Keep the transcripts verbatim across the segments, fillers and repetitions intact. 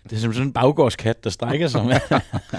Det er som sådan en baggårdskat, der strækker sig med.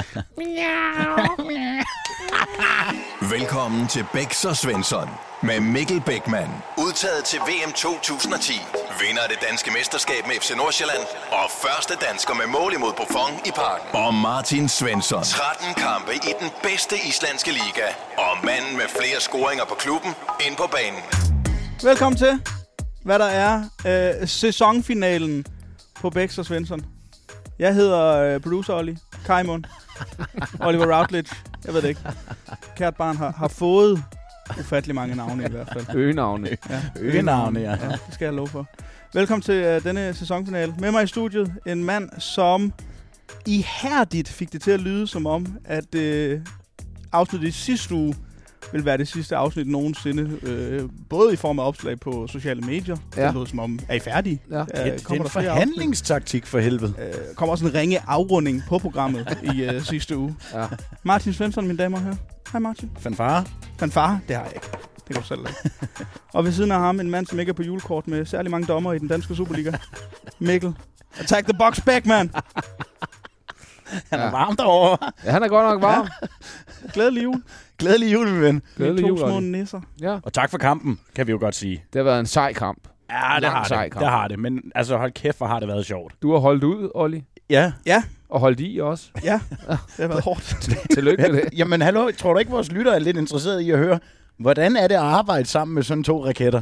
Velkommen til Bæks og Svensson med Mikkel Bækman. Udtaget til V M to tusind og ti. Vinder af det danske mesterskab med F C Nordsjælland. Og første dansker med mål imod Buffon i Parken. Og Martin Svensson. tretten kampe i den bedste islandske liga. Og manden med flere scoringer på klubben ind på banen. Velkommen til, hvad der er øh, sæsonfinalen på Bæks og Svensson. Jeg hedder øh, producer Olli, Kajmund, Oliver Routledge, jeg ved det ikke. Kært barn har, har fået ufattelig mange navne i hvert fald. Øgenavne. Ja, Øgenavne, ja. ja. Det skal jeg love for. Velkommen til øh, denne sæsonfinale. Med mig i studiet en mand, som ihærdigt fik det til at lyde som om, at øh, afsnittet i sidste uge vil være det sidste afsnit nogensinde. Øh, både i form af opslag på sociale medier. Ja. Det lød som om, er I færdige? Ja. Øh, Det, det er kommer en der flere forhandlingstaktik for helvede. afsnit? Øh, kommer også en ringe afrunding på programmet i øh, sidste uge. Ja. Martin Svensson, mine damer og herrer. Hej Martin. Fanfare. Fanfare? Det har jeg ikke. Det kan du selv ikke. Og ved siden af ham, en mand, som ikke er på julekort med særlig mange dommer i den danske Superliga. Mikkel. Attack the box back, man! Han er Ja. varm derovre. Ja, han er godt nok varm. Glædelig jul. Glædelig jul, min ven. Glædelig To jul, små Olli. nisser. Ja. Og tak for kampen, kan vi jo godt sige. Det har været en sej kamp. Ja, det Lang har sej det. kamp. Det har det. Men altså, hold kæft, hvor har det været sjovt. Du har holdt ud, Olli. Ja. Ja, Og holdt i også. ja. Det har været hårdt. Tillykke med det. Jamen, hallo, tror du ikke, vores lytter er lidt interesseret i at høre, hvordan er det at arbejde sammen med sådan to raketter?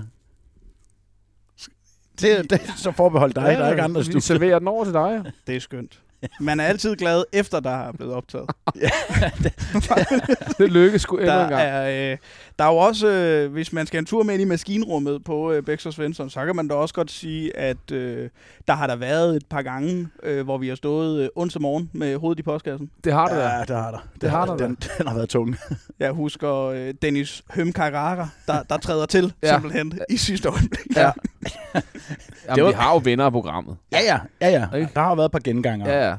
Det, det er så forbeholdt dig, der er ikke andre Vi studier. serverer den over til dig. Det er skønt. Man er altid glad, efter der er blevet optaget. Det lykkes sgu endnu Der en gang. er, øh, der er jo også, øh, hvis man skal en tur med ind i maskinrummet på øh, Bæks og Svensson, så kan man da også godt sige, at øh, der har der været et par gange, øh, hvor vi har stået øh, onsdag morgen med hovedet i postkassen. Det har du da. Ja, det har der. Det, Det har der den, den har været tung. Jeg husker øh, Dennis Høm-Carrara, der, der træder til Ja. simpelthen i sidste øjeblik. Ja. Det Jamen, var- vi har jo venner af programmet. Ja, ja, ja, ja. Ikke? Der har været et par genganger. Ja, ja.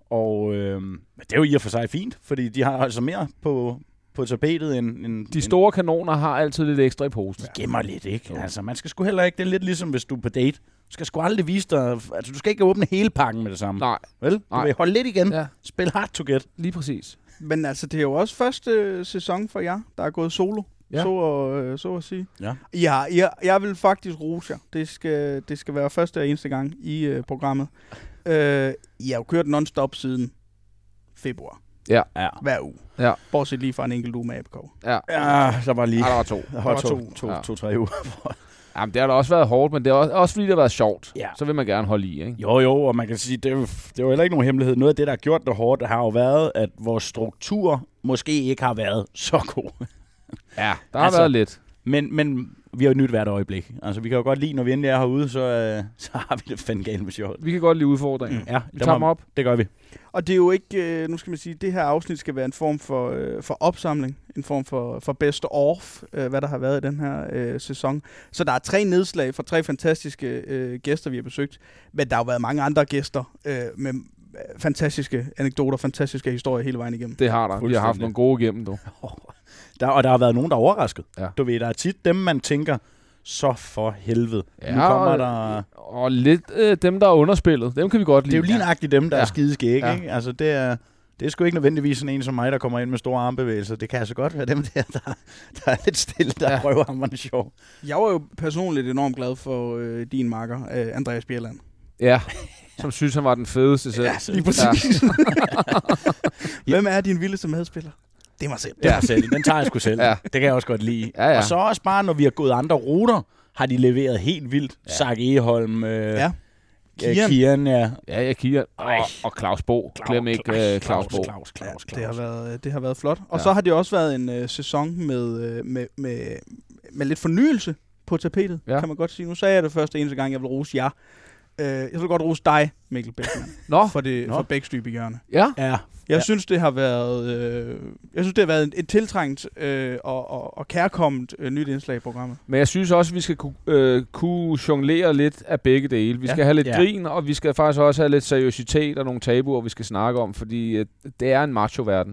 Og øh, det er jo i og for sig fint, fordi de har altså mere på, på tapetet end... end De store kanoner har altid lidt ekstra i posen. De gemmer lidt, ikke? Altså, man skal sgu heller ikke... Det er lidt ligesom, hvis du er på date. Du skal sgu aldrig vise dig... Altså, du skal ikke åbne hele pakken med det samme. Nej, Vel? Du Nej. vil holde lidt igen. ja, Spil hard to get. lige præcis. Men altså, det er jo også første øh, sæson for jer, der er gået solo, Ja. så, øh, så at sige. Ja. Ja, jeg, jeg vil faktisk rose jer. Det skal, det skal være første og eneste gang i øh, programmet. Øh, I har jo kørt non-stop siden februar. Ja. Ja. Hver uge. Ja. Bortset lige fra en enkelt uge med A B K. Ja. Ja, så var lige... Ej, der var to. Der var to, to. to, Ja. to, to, tre uger. Jamen, det har da også været hårdt, men det er også, også fordi det har været sjovt. Ja. Så vil man gerne holde i, ikke? Jo, jo, og man kan sige, det er jo, det er jo heller ikke nogen hemmelighed. Noget af det, der har gjort det hårdt, har jo været, at vores struktur måske ikke har været så god. Ja, der har Altså, været lidt. Men, men vi har jo nyt hvert øjeblik. Altså, vi kan jo godt lide, når vi endelig er herude, så, øh, så har vi det fandme galt med sjovt. Vi kan godt lide udfordringen. Ja, Vi der tager må- dem op. Det gør vi. Og det er jo ikke, øh, nu skal man sige, det her afsnit skal være en form for, øh, for opsamling. En form for, for best of, øh, hvad der har været i den her øh, sæson. Så der er tre nedslag fra tre fantastiske øh, gæster, vi har besøgt. Men der har jo været mange andre gæster øh, med øh, fantastiske anekdoter, fantastiske historier hele vejen igennem. Det har der. Vi har haft Fuldstændig. nogle gode igennem, du. Der, og der har været nogen, der er overrasket. Ja. Du ved, der er tit dem, man tænker, så for helvede. Ja, nu kommer og- der... Og lidt øh, dem, der er underspillet. Dem kan vi godt Det er lide. jo lige nøjagtigt dem, der Ja. er skideskæg, Ja. ikke? Altså, det er... Det er sgu ikke nødvendigvis sådan en som mig, der kommer ind med store armbevægelser. Det kan altså godt være dem der, der, der er lidt stille, der Ja. ja. prøver hammerne sjov. Jeg var jo personligt enormt glad for øh, din makker, øh, Andreas Bjelland. Ja, som synes, han var den fedeste selv. Ja, Lige præcis. Hvem er din vildeste medspiller? Det er mig selv. Ja, selv. Den tager jeg sgu selv. Ja. Det kan jeg også godt lide. Ja, ja. Og så også bare, når vi har gået andre ruter, har de leveret helt vildt. Ja. Ja. Zach Eholm, øh, Ja. Kian. Kian. Kian, ja. Ja, jeg kigger. Og, og Claus Bo. Glem ikke uh, Claus Bo. Claus, Claus, Ja, det, har været, det har været flot. Og Ja. så har det også været en øh, sæson med, øh, med, med, med lidt fornyelse på tapetet, Ja. ja. kan man godt sige. Nu sagde jeg det første eneste gang, jeg vil rose jer. Øh, jeg vil godt rose dig, Mikkel Bækman, Nå, for, det, Nå. for Bækstyb i hjørne. ja. Ja. Jeg Ja. synes, det har været, øh, jeg synes, det har været et tiltrængt øh, og, og, og kærkomment øh, nyt indslag i programmet. Men jeg synes også, at vi skal ku, øh, kunne jonglere lidt af begge dele. Vi Ja. skal have lidt Ja. grin, og vi skal faktisk også have lidt seriøsitet og nogle tabuer, vi skal snakke om, fordi øh, det er en macho-verden, det her.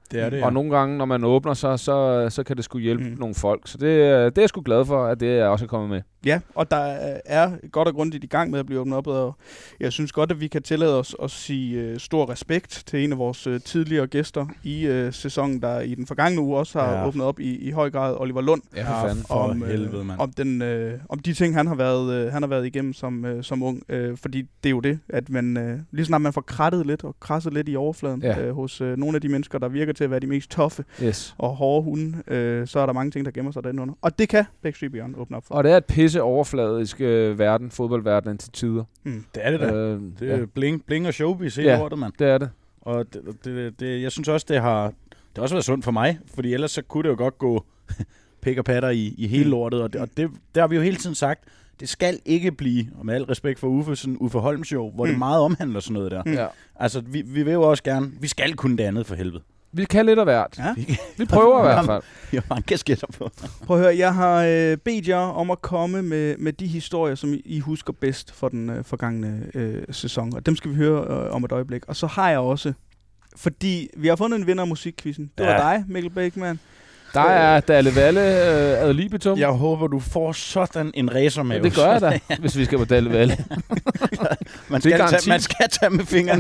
Det er det, ja. Og nogle gange, når man åbner sig, så, så kan det sgu hjælpe mm. nogle folk. Så det, det er jeg sgu glad for, at det er også kommet med. Ja, og der er godt og grundigt i gang med at blive åbnet op, og jeg synes godt, at vi kan tillade os at sige uh, stor respekt til en af vores uh, tidligere gæster i uh, sæsonen, der i den forgangne uge også har ja. åbnet op i, i høj grad, Oliver Lund. Ja, for fanden. For om, helvede, mand. Om, den, uh, om de ting, han har været, uh, han har været igennem som, uh, som ung. Uh, fordi det er jo det, at man, uh, lige snart man får krattet lidt og krasset lidt i overfladen ja. uh, hos uh, nogle af de mennesker, der virker til at være de mest toffe yes. og hårde hunde, uh, så er der mange ting, der gemmer sig derinde under. Og det kan Backstreet Beyond åbne op for. Og det er et pisse overfladisk øh, verden, fodboldverdenen til tider. Mm. Det er det da. Øh, det er ja. bling, bling og showbiz hele ja, året, mand. det er det. Og det, det, det, jeg synes også, det har, det har også været sundt for mig, fordi ellers så kunne det jo godt gå pik og patter i, i hele lortet, og, det, og det, det har vi jo hele tiden sagt, det skal ikke blive, og med al respekt for Uffe, sådan Uffe Holm show, hvor mm. det meget omhandler sådan noget der. Mm. Ja. Altså, vi, vi vil jo også gerne, vi skal kunne det andet for helvede. Vi kan lidt af hvert. Ja. Vi, vi prøver i hvert fald. Vi har mange kasketter på. Prøv at høre, jeg har øh, bedt jer om at komme med, med de historier, som I, I husker bedst for den øh, forgangne øh, sæson. Og dem skal vi høre øh, om et øjeblik. Og så har jeg også, fordi vi har fundet en vinder af musikquizzen. Det ja. var dig, Mikkel Bækman. Der er Dalle Valle øh, ad libitum. Jeg håber, du får sådan en racer med. Ja, det gør jeg da, hvis vi skal på Dalle Valle. man, skal tage, man skal tage med fingrene.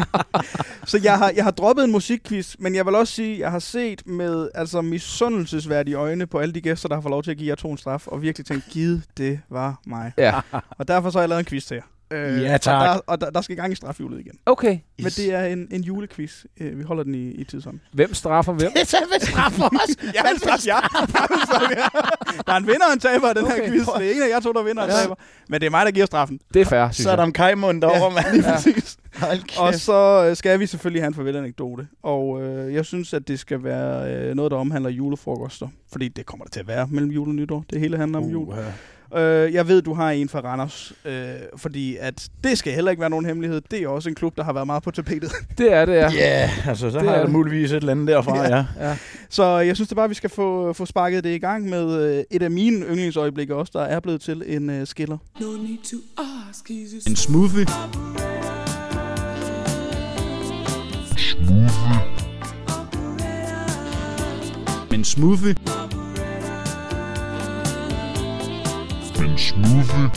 Så jeg har, jeg har droppet en musikquiz, men jeg vil også sige, at jeg har set med altså, misundelsesværdige øjne på alle de gæster, der har fået lov til at give jer to en straf, og virkelig tænkt, givet det var mig. Ja. Og derfor så har jeg lavet en quiz til jer. Øh, ja, tak. Og, der, og der, der skal i gang i strafhjulet igen. Okay. Yes. Men det er en, en julequiz. Vi holder den i, i tidsånden. Hvem straffer hvem? Det er hvem straffer os? Jeg vil straffe jer. Der er en vinder og en taber af den okay. her quiz. Det er en af jer to, der vinder og ja. taber. Men det er mig, der giver straffen. Det er fair, synes Så er der en kajmund derovre, mand. Lige præcis. Ja. Og så skal vi selvfølgelig have en farvel-anekdote. Og øh, jeg synes, at det skal være øh, noget, der omhandler julefrokoster. Fordi det kommer der til at være mellem jul og nytår. Det hele handler om uh, jul. Ja. Øh, jeg ved, du har en fra Randers, øh, fordi at det skal heller ikke være nogen hemmelighed. Det er også en klub, der har været meget på tapetet. Det er det, ja. Ja, yeah, altså så det har jeg muligvis et eller andet derfra, ja. ja. ja. Så jeg synes det bare, at vi skal få, få sparket det i gang med øh, et af mine yndlingsøjeblikke også, der er blevet til en øh, skiller. En smoothie. Smoothie. En smoothie. En smoothie.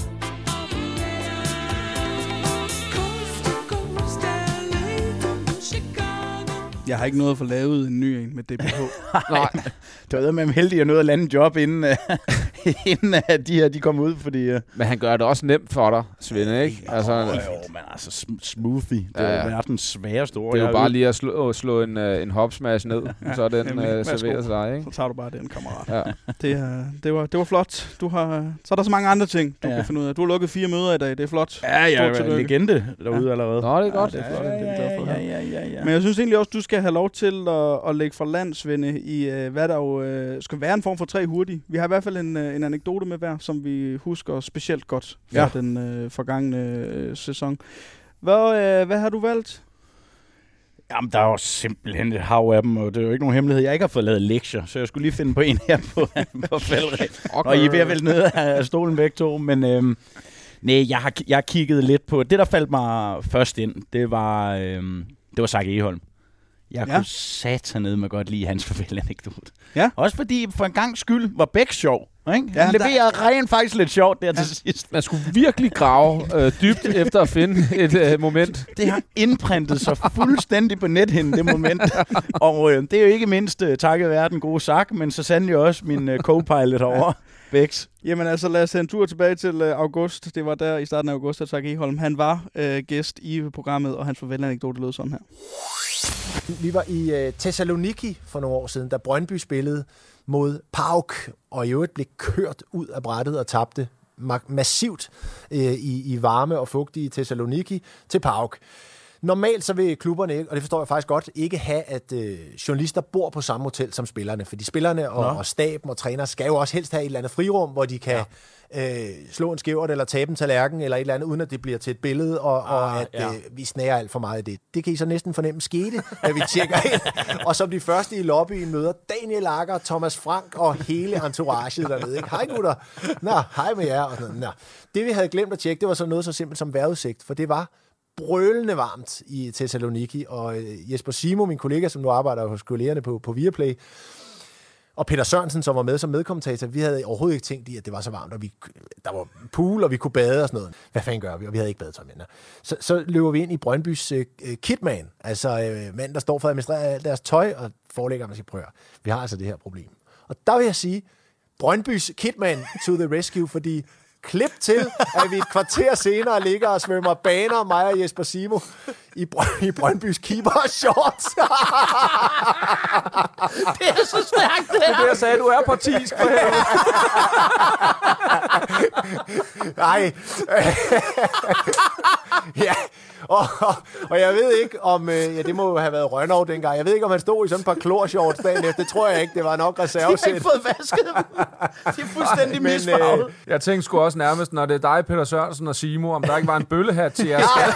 Jeg har ikke noget at få lavet en ny en med D B H. Nej, det var med heldig at nå at lande en job, inden, uh, inden uh, de her de kom ud, fordi... Uh... Men han gør det også nemt for dig, Svende, ikke? Jo, altså, jo, men altså sm- smoothie, det er ja, ja. verdens sværeste ord. Det er jo bare lige at slå, slå en, uh, en hopsmash ned, ja, så er den uh, serveret sig, ikke? Så tager du bare den, kammerat. Ja. Det, uh, det, var, det var flot. Du har, så er der så mange andre ting, du ja. kan finde ud af. Du har lukket fire møder i dag, det er flot. Ja, jeg er en legende derude ja. allerede. Nå, det er godt. Ja, det er flot, ja, ja, det er glad for. Ja, ja, ja, ja. Men jeg synes egentlig også, du skal have lov til at, at lægge for land, Svende, i uh, hvad der jo uh, skal være en form for tre hurtige. Vi har i hvert fald en, uh, en anekdote med hver, som vi husker specielt godt fra ja. den uh, forgangne uh, sæson. Hvad, uh, hvad har du valgt? Jamen, der er jo simpelthen et hav af dem, og det er jo ikke nogen hemmelighed. Jeg ikke har fået lavet lektier, så jeg skulle lige finde på en her på, på fældre. Okay. Og I er ved at vælge ned af stolen væk to, men øhm, nej, jeg har, jeg har kigget lidt på... Det, der faldt mig først ind, det var, øhm, det var Zac Egholm. Jeg ja. kunne satanede med godt lide hans farvel-anekdote. Ja. Også fordi for en gang skyld var Bæk sjov. Ikke? Ja, han leverer der... rent faktisk lidt sjovt der ja. til sidst. Man skulle virkelig grave øh, dybt efter at finde et øh, moment. Det har indprintet sig fuldstændig på nethinden, det moment. Og øh, det er jo ikke mindst øh, takket være den gode Zac, men så sandelig også min øh, co-pilot herovre. Bæks. Jamen altså, lad os tage en tur tilbage til øh, august. Det var der i starten af august, at Zac Egholm, han var øh, gæst i programmet, og hans farvel-anekdote lød sådan her. Vi var i øh, Thessaloniki for nogle år siden, da Brøndby spillede mod PAOK, og i øvrigt blev kørt ud af brættet og tabte ma- massivt øh, i, i varme og fugtige Thessaloniki til PAOK. Normalt så vil klubberne ikke, og det forstår jeg faktisk godt, ikke have, at øh, journalister bor på samme hotel som spillerne. Fordi spillerne og, og staben og træner skal jo også helst have et eller andet frirum, hvor de kan ja. øh, slå en skævert eller tabe en tallerken eller et eller andet, uden at det bliver til et billede, og, ah, og at ja. øh, vi snærer alt for meget i det. Det kan I så næsten fornemme skete, at vi tjekker ind. Og som de første i lobbyen møder Daniel Agger, Thomas Frank og hele entouraget dernede. Ikke? Hej gutter. Nå, hej med jer. Og sådan, nå. Det vi havde glemt at tjekke, det var så noget så simpelt som vejrudsigt, for det var brølende varmt i Thessaloniki, og Jesper Simo, min kollega, som nu arbejder hos kollegerne på, på Viaplay, og Peter Sørensen, som var med som medkommentator, vi havde overhovedet ikke tænkt i, at det var så varmt, og vi, der var pool, og vi kunne bade og sådan noget. Hvad fanden gør vi? Og vi havde ikke badetøj med. Så, så løber vi ind i Brøndbys uh, kitman, altså uh, mand, der står for at administrere alt deres tøj, og forelægger mig og siger, prøv at, vi har altså det her problem. Og der vil jeg sige, Brøndbys kitman to the rescue, fordi klip til, at vi et kvarter senere ligger og svømmer baner, mig og Jesper Simo, i, Brø- i Brøndbys keeper shorts. Det er så stærkt, det her. Det er det, jeg sagde, du er partisk for helvede. Nej. Ja, og, og, og jeg ved ikke om, øh, ja, det må jo have været Rønnow dengang, jeg ved ikke, om han stod i sådan et par klorshorts dagen efter, det tror jeg ikke, det var nok reservesæt. De har ikke fået vasket dem. De er fuldstændig men, misfarvet. Øh, jeg tænkte sgu også nærmest, når det er dig, Peter Sørensen og Simo, om der ikke var en bøllehat til jeres skat.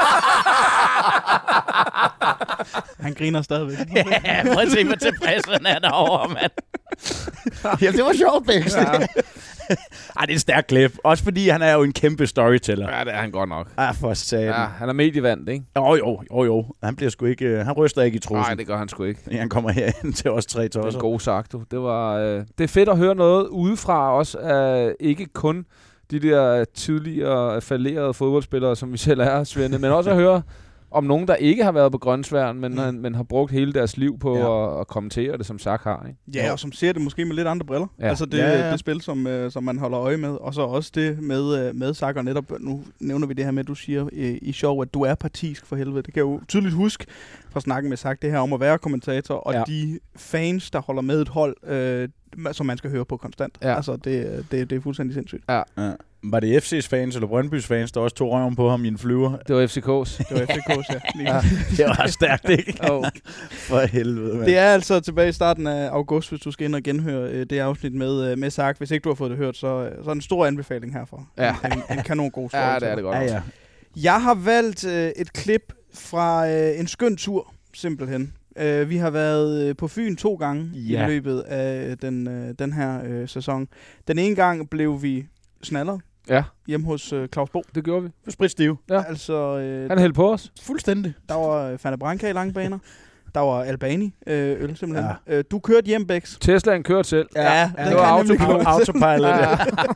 Han griner stadigvæk. Ja, prøv at se, hvor tilfreds han er derovre, mand. Jamen, det var sjovt, Bæks. Ja. Ej, det er en stærk klip. Også fordi han er jo en kæmpe storyteller. Ja, det er han godt nok. Ah, for satan. Ja, han er medievandt, ikke? Jo, jo, jo, jo. Han bliver sgu ikke... Han ryster ikke i trussen. Nej, det gør han sgu ikke. Han kommer herind til os tre tosser. Det er en god sagt, du. Det, var, øh, det er fedt at høre noget udefra også. Øh, ikke kun de der tidligere fallerede fodboldspillere, som vi selv er, Svende, men også at høre om nogen, der ikke har været på Grønsværen, men, mm. men har brugt hele deres liv på ja. at, at kommentere det, som Zach har. Ikke? Ja, og som ser det måske med lidt andre briller. Ja. Altså det, ja, ja. det spil, som, uh, som man holder øje med. Og så også det med, uh, med Zach, og netop, nu nævner vi det her med, at du siger uh, i show, at du er partisk for helvede. Det kan jeg jo tydeligt huske fra snakken med Zach, det her om at være kommentator, og ja. de fans, der holder med et hold, uh, som man skal høre på konstant. Ja. Altså det, det, det er fuldstændig sindssygt. Ja. Ja. Var det F C's fans eller Brøndbys fans, der også tog røven på ham i en flyver? Det var F C K's. Det var F C K's, ja. ja. Det var stærkt, ikke? Oh. For helvede, man. Det er altså tilbage i starten af august, hvis du skal ind og genhøre øh, det afsnit med, øh, med Zach. Hvis ikke du har fået det hørt, så, så er en stor anbefaling herfra. Ja. En, en kanon god story. Ja, det er det godt. Ja, ja. Jeg har valgt øh, et klip fra øh, en skøn tur, simpelthen. Uh, vi har været uh, på Fyn to gange ja. i løbet af den, uh, den her uh, sæson. Den ene gang blev vi snallet ja. hjemme hos uh, Claus Bo. Det gjorde vi. For spritstive. Ja. Altså, uh, han hældte på os. Fuldstændig. Der var uh, Fanta Branca i lange baner. Der var Albani uh, øl simpelthen. Ja. Uh, du kørte hjem, Bæks. Teslaen kørte selv. Ja, ja det, det var autopilot. Autopilot. Ja.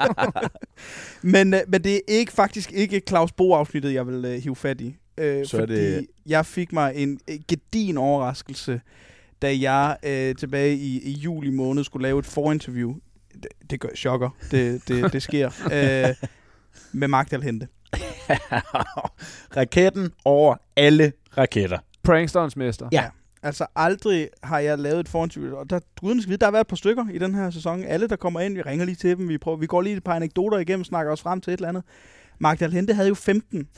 men, uh, men det er ikke faktisk ikke Claus Bo-afsnittet, jeg vil uh, hive fat i. Øh, så fordi det... jeg fik mig en øh, gedin overraskelse, da jeg øh, tilbage i, i juli måned skulle lave et forinterview. Det, det gør chokker. Det, det, det sker. øh, med Mark Dalhente. Raketten over alle raketter. Pranksterens mester. Ja. Altså aldrig har jeg lavet et forinterview, og der, der har været et par stykker i den her sæson. Alle, der kommer ind, vi ringer lige til dem, vi, prøver, vi går lige et par anekdoter igennem, snakker os frem til et eller andet. Mark Dalhente havde jo femten.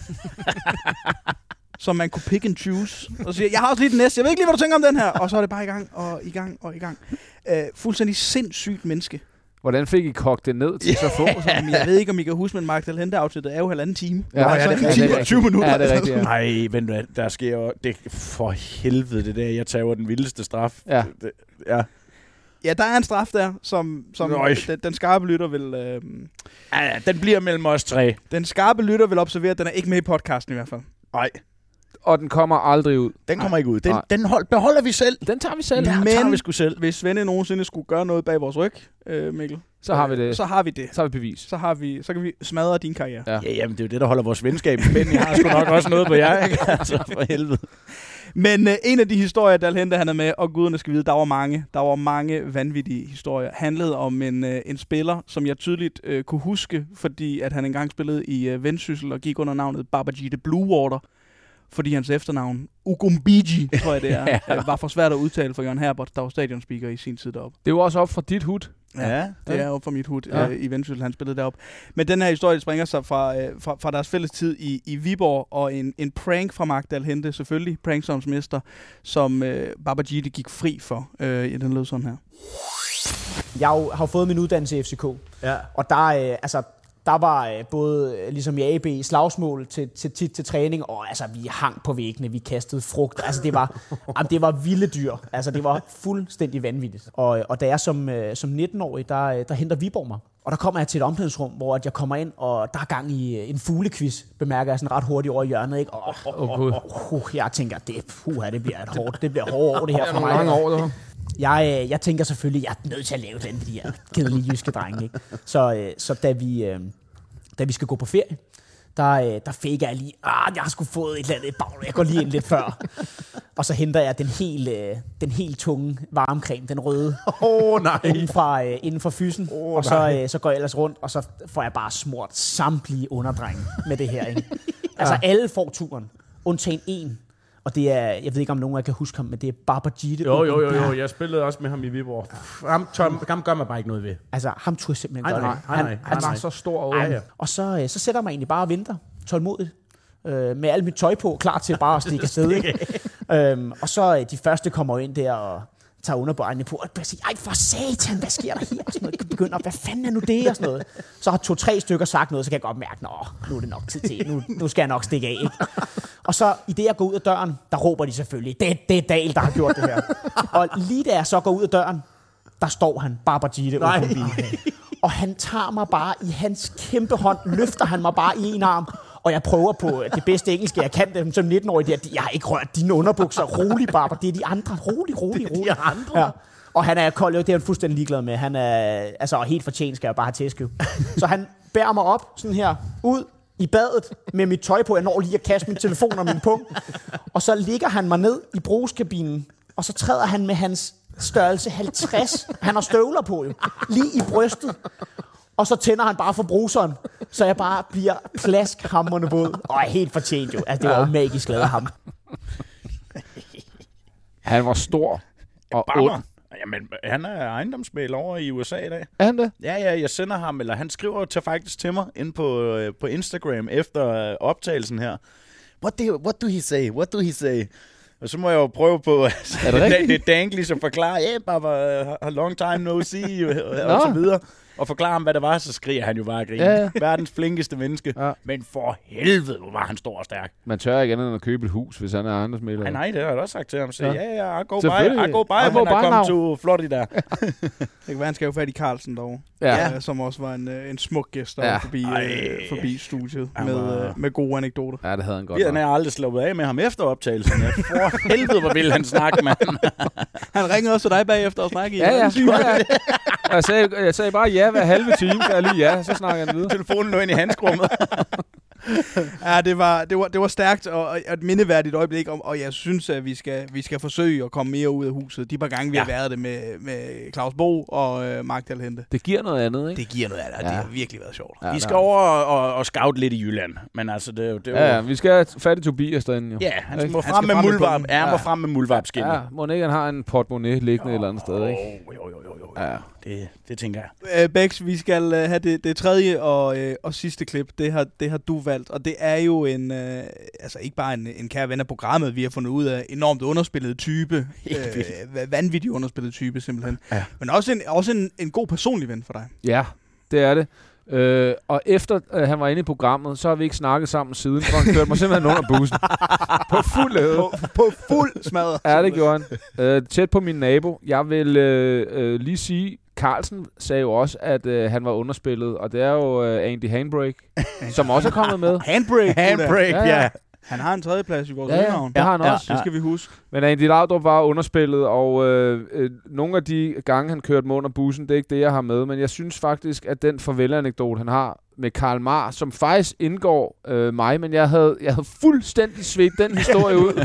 Så man kunne pick and choose. Og siger, jeg har også lige den næste, jeg ved ikke lige, hvad du tænker om den her. Og så er det bare i gang, og i gang, og i gang. Uh, fuldstændig sindssygt menneske. Hvordan fik I kogt det ned til så få? Så? Jeg ved ikke, om I kan huske, men Mark Dalhente-afsnittet er jo halvanden time. Ja, ja, altså, det, en time og tyve minutter. Ja, det er rigtigt, ja. Nej, men der sker jo... Det, for helvede, det der. Jeg tager den vildeste straf. Ja. Det, ja. Ja, der er en straf der, som, som den, den skarpe lytter vil... Øh, ja, den bliver mellem os tre. Den skarpe lytter vil observere, at den er ikke med i podcasten i hvert fald. Nej. Og den kommer aldrig ud. Den kommer Ej. ikke ud. Den, den hold, beholder vi selv. Den tager vi selv. Ja, men tager vi sgu selv. Hvis Svende nogensinde skulle gøre noget bag vores ryg, øh, Mikkel, så har vi det. Så har vi det. Så har vi bevis. Så har vi, så kan vi smadre din karriere. Ja, ja jamen det er jo det, der holder vores venskab spændende. Jeg har sgu nok også noget på jer, ikke? Altså, for helvede. Men øh, en af de historier, Dalhente han er med, og guderne skal vide, der var mange, der var mange vanvittige historier, handlede om en, øh, en spiller, som jeg tydeligt øh, kunne huske, fordi at han engang spillede i øh, Vendsyssel og gik under navnet Babajide Bluewater, fordi hans efternavn, Ugumbiji, tror jeg det er, ja. øh, var for svært at udtale for Jørgen Herbert, der var stadionspeaker i sin tid deroppe. Det var også op fra dit hud. Ja, ja, det er jo fra mit hud ja. øh, i Vendsyssel, han spillede derop. Men den her historie springer sig fra, øh, fra, fra deres fælles tid i, i Viborg, og en, en prank fra Mark Dalhente, selvfølgelig, pranksterens mester, som øh, Babajide gik fri for. Øh, i den lød sådan her. Jeg har jo fået min uddannelse i F C K, ja. Og der, øh, altså, der var øh, både ligesom i A B slagsmål til, til, til, til træning, og altså, vi hang på væggene, vi kastede frugt. Altså, det var, jamen, det var vilde dyr. Altså, det var fuldstændig vanvittigt. Og, og da jeg som, øh, som nitten-årig, der, der henter Viborg mig. Og der kommer jeg til et omklædningsrum, hvor at jeg kommer ind, og der er gang i en fuglequiz, bemærker jeg sådan ret hurtigt over hjørnet, ikke? Og oh, oh, oh, jeg tænker, det, puha, det bliver et hårdt, det bliver hårdt over det her for mig. Mange år, du. Jeg, jeg tænker selvfølgelig, jeg er nødt til at lave den, de her kedelige jyske drenge, ikke? Så, så da, vi, da vi skal gå på ferie, der, der fik jeg lige, ah, jeg har sgu fået et eller andet bagl, jeg går lige ind lidt før. Og så henter jeg den helt, den helt tunge varmecreme, den røde, oh, nej. Inden, fra, inden for fysen. Oh, og så, så går jeg ellers rundt, og så får jeg bare smurt samtlige underdrenge med det her. Ikke? Altså ja. Alle får turen, undtagen en. Og det er, jeg ved ikke om nogen af jer kan huske ham, men det er Babajide. Jo, jo, jo, jo, jeg spillede også med ham i Viborg. Ham, Tom, ham gør man bare ikke noget ved. Altså, ham tog jeg simpelthen godt. Han, han, han, han var så stor og ja. Og så, så sætter man egentlig bare og venter, tålmodigt, øh, med alt mit tøj på, klar til bare at stikke afsted. Ikke? øhm, og så de første kommer ind der og tager underbøjene på, og siger, ej for satan, hvad sker der her? Og sådan noget. Begynder, hvad fanden er nu det? Og sådan noget. Så har to-tre stykker sagt noget, så kan jeg godt mærke, nå, nu er det nok tid til, nu, nu skal jeg nok stikke af. Ikke? Og så i det, jeg går ud af døren, der råber de selvfølgelig, det, det er Dahl, der har gjort det her. Og lige da jeg så går ud af døren, der står han, Babajide, og han tager mig bare i hans kæmpe hånd, løfter han mig bare i en arm, og jeg prøver på det bedste engelske, jeg kan dem som nitten-årig, det er, jeg har ikke rørt dine underbukser, rolig Barber, det er de andre, rolig, rolig, rolig. De andre? Ja. Og han er kold, det er han fuldstændig ligeglad med, han er, altså helt fortjent skal jeg bare have tæsk. Så han bærer mig op, sådan her, ud i badet, med mit tøj på, jeg når lige at kaste min telefon og min pung, og så ligger han mig ned i brugskabinen, og så træder han med hans størrelse halvtreds, han har støvler på jo, lige i brystet. Og så tænder han bare for bruseren, så jeg bare bliver plaskhamrende våd. Og er helt fortjent jo. Altså, det var jo magisk glad af ham. Han var stor og ond. Jamen, han er ejendomsmægler over i U S A i dag. Er han det? Ja, ja, jeg sender ham, eller han skriver til faktisk til mig inde på, øh, på Instagram efter optagelsen her. What do, what do he say? What do he say? Og så må jeg jo prøve på, altså, er det rigtigt? det er Danklis at forklare, ja, yeah, bare a long time no see, og, og så videre. Og forklare ham, hvad det var, så skriger han jo bare og griner. Ja, ja. Verdens flinkeste menneske. Ja. Men for helvede, hvor var han stor og stærk. Man tør ikke andet end at købe et hus, hvis han er ejendomsmægler. Nej, nej, det har jeg også sagt til ham. Så ja, ja, ja I go by, I go by, I go by han er kommet til Florida. Det kan være, han skal jo fat i Carlsen derovre. Ja. Ja, som også var en, en smuk gæst der ja. forbi, øh, forbi studiet med, var... med gode anekdoter. Ja, det havde han godt. Ja, han er aldrig sluppet af med ham efter optagelsen. Ja. For helvede, hvor ville han snakke, mand. Han ringede også til dig bagefter og snakkede i. Ja, ja. ja. Jeg, sagde, jeg sagde bare ja hver halve time, så jeg lige ja, så snakker han videre. Telefonen lå ind i handskrummet. Ja, det var, det, var, det var stærkt og, og et mindeværdigt øjeblik, og, og jeg synes, at vi skal, vi skal forsøge at komme mere ud af huset. De par gange, vi ja. har været det med, med Claus Bo og øh, Mark Dalhente. Det giver noget andet, ikke? Det giver noget andet, og ja. det har virkelig været sjovt. Ja, vi skal over og, og scout lidt i Jylland, men altså, det er jo... Det er ja, ja, vi skal have fat i Tobias derinde, jo. Ja, han skal må frem med muldvarp. Ja, han må frem med muldvarpskinnet. Ja, må ikke han har en portemonnaie liggende oh, et eller andet sted, ikke? Jo, jo, jo, jo. Ja. Det, det tænker jeg. Øh, Bex, vi skal uh, have det, det tredje og, øh, og sidste klip. Det har, det har du valgt, og det er jo en, øh, altså ikke bare en, en kære ven af programmet, vi har fundet ud af enormt underspillet type, øh, vanvittig underspillet type simpelthen, ja. Men også, en, også en, en god personlig ven for dig. Ja, det er det. Øh, og efter øh, han var inde i programmet, så har vi ikke snakket sammen siden, for han kørte mig simpelthen under bussen. På fuld lade. På, på fuld smadret. Ja, det gjorde han. Øh, tæt på min nabo. Jeg vil øh, øh, lige sige, Carlsen sagde jo også, at øh, han var underspillet, og det er jo øh, Andy Handbrake, som også er kommet med. Handbrake? Handbrake, ja. ja. Han har en tredjeplads i vores ja, udnavn. Ja, det har han også. Ja, det skal vi huske. Men Andy Laudrup var underspillet, og øh, øh, nogle af de gange, han kørte mig under bussen, det er ikke det, jeg har med. Men jeg synes faktisk, at den farvel-anekdote, han har med Karl Marr, som faktisk indgår øh, mig, men jeg havde, jeg havde fuldstændig svedt den historie ud.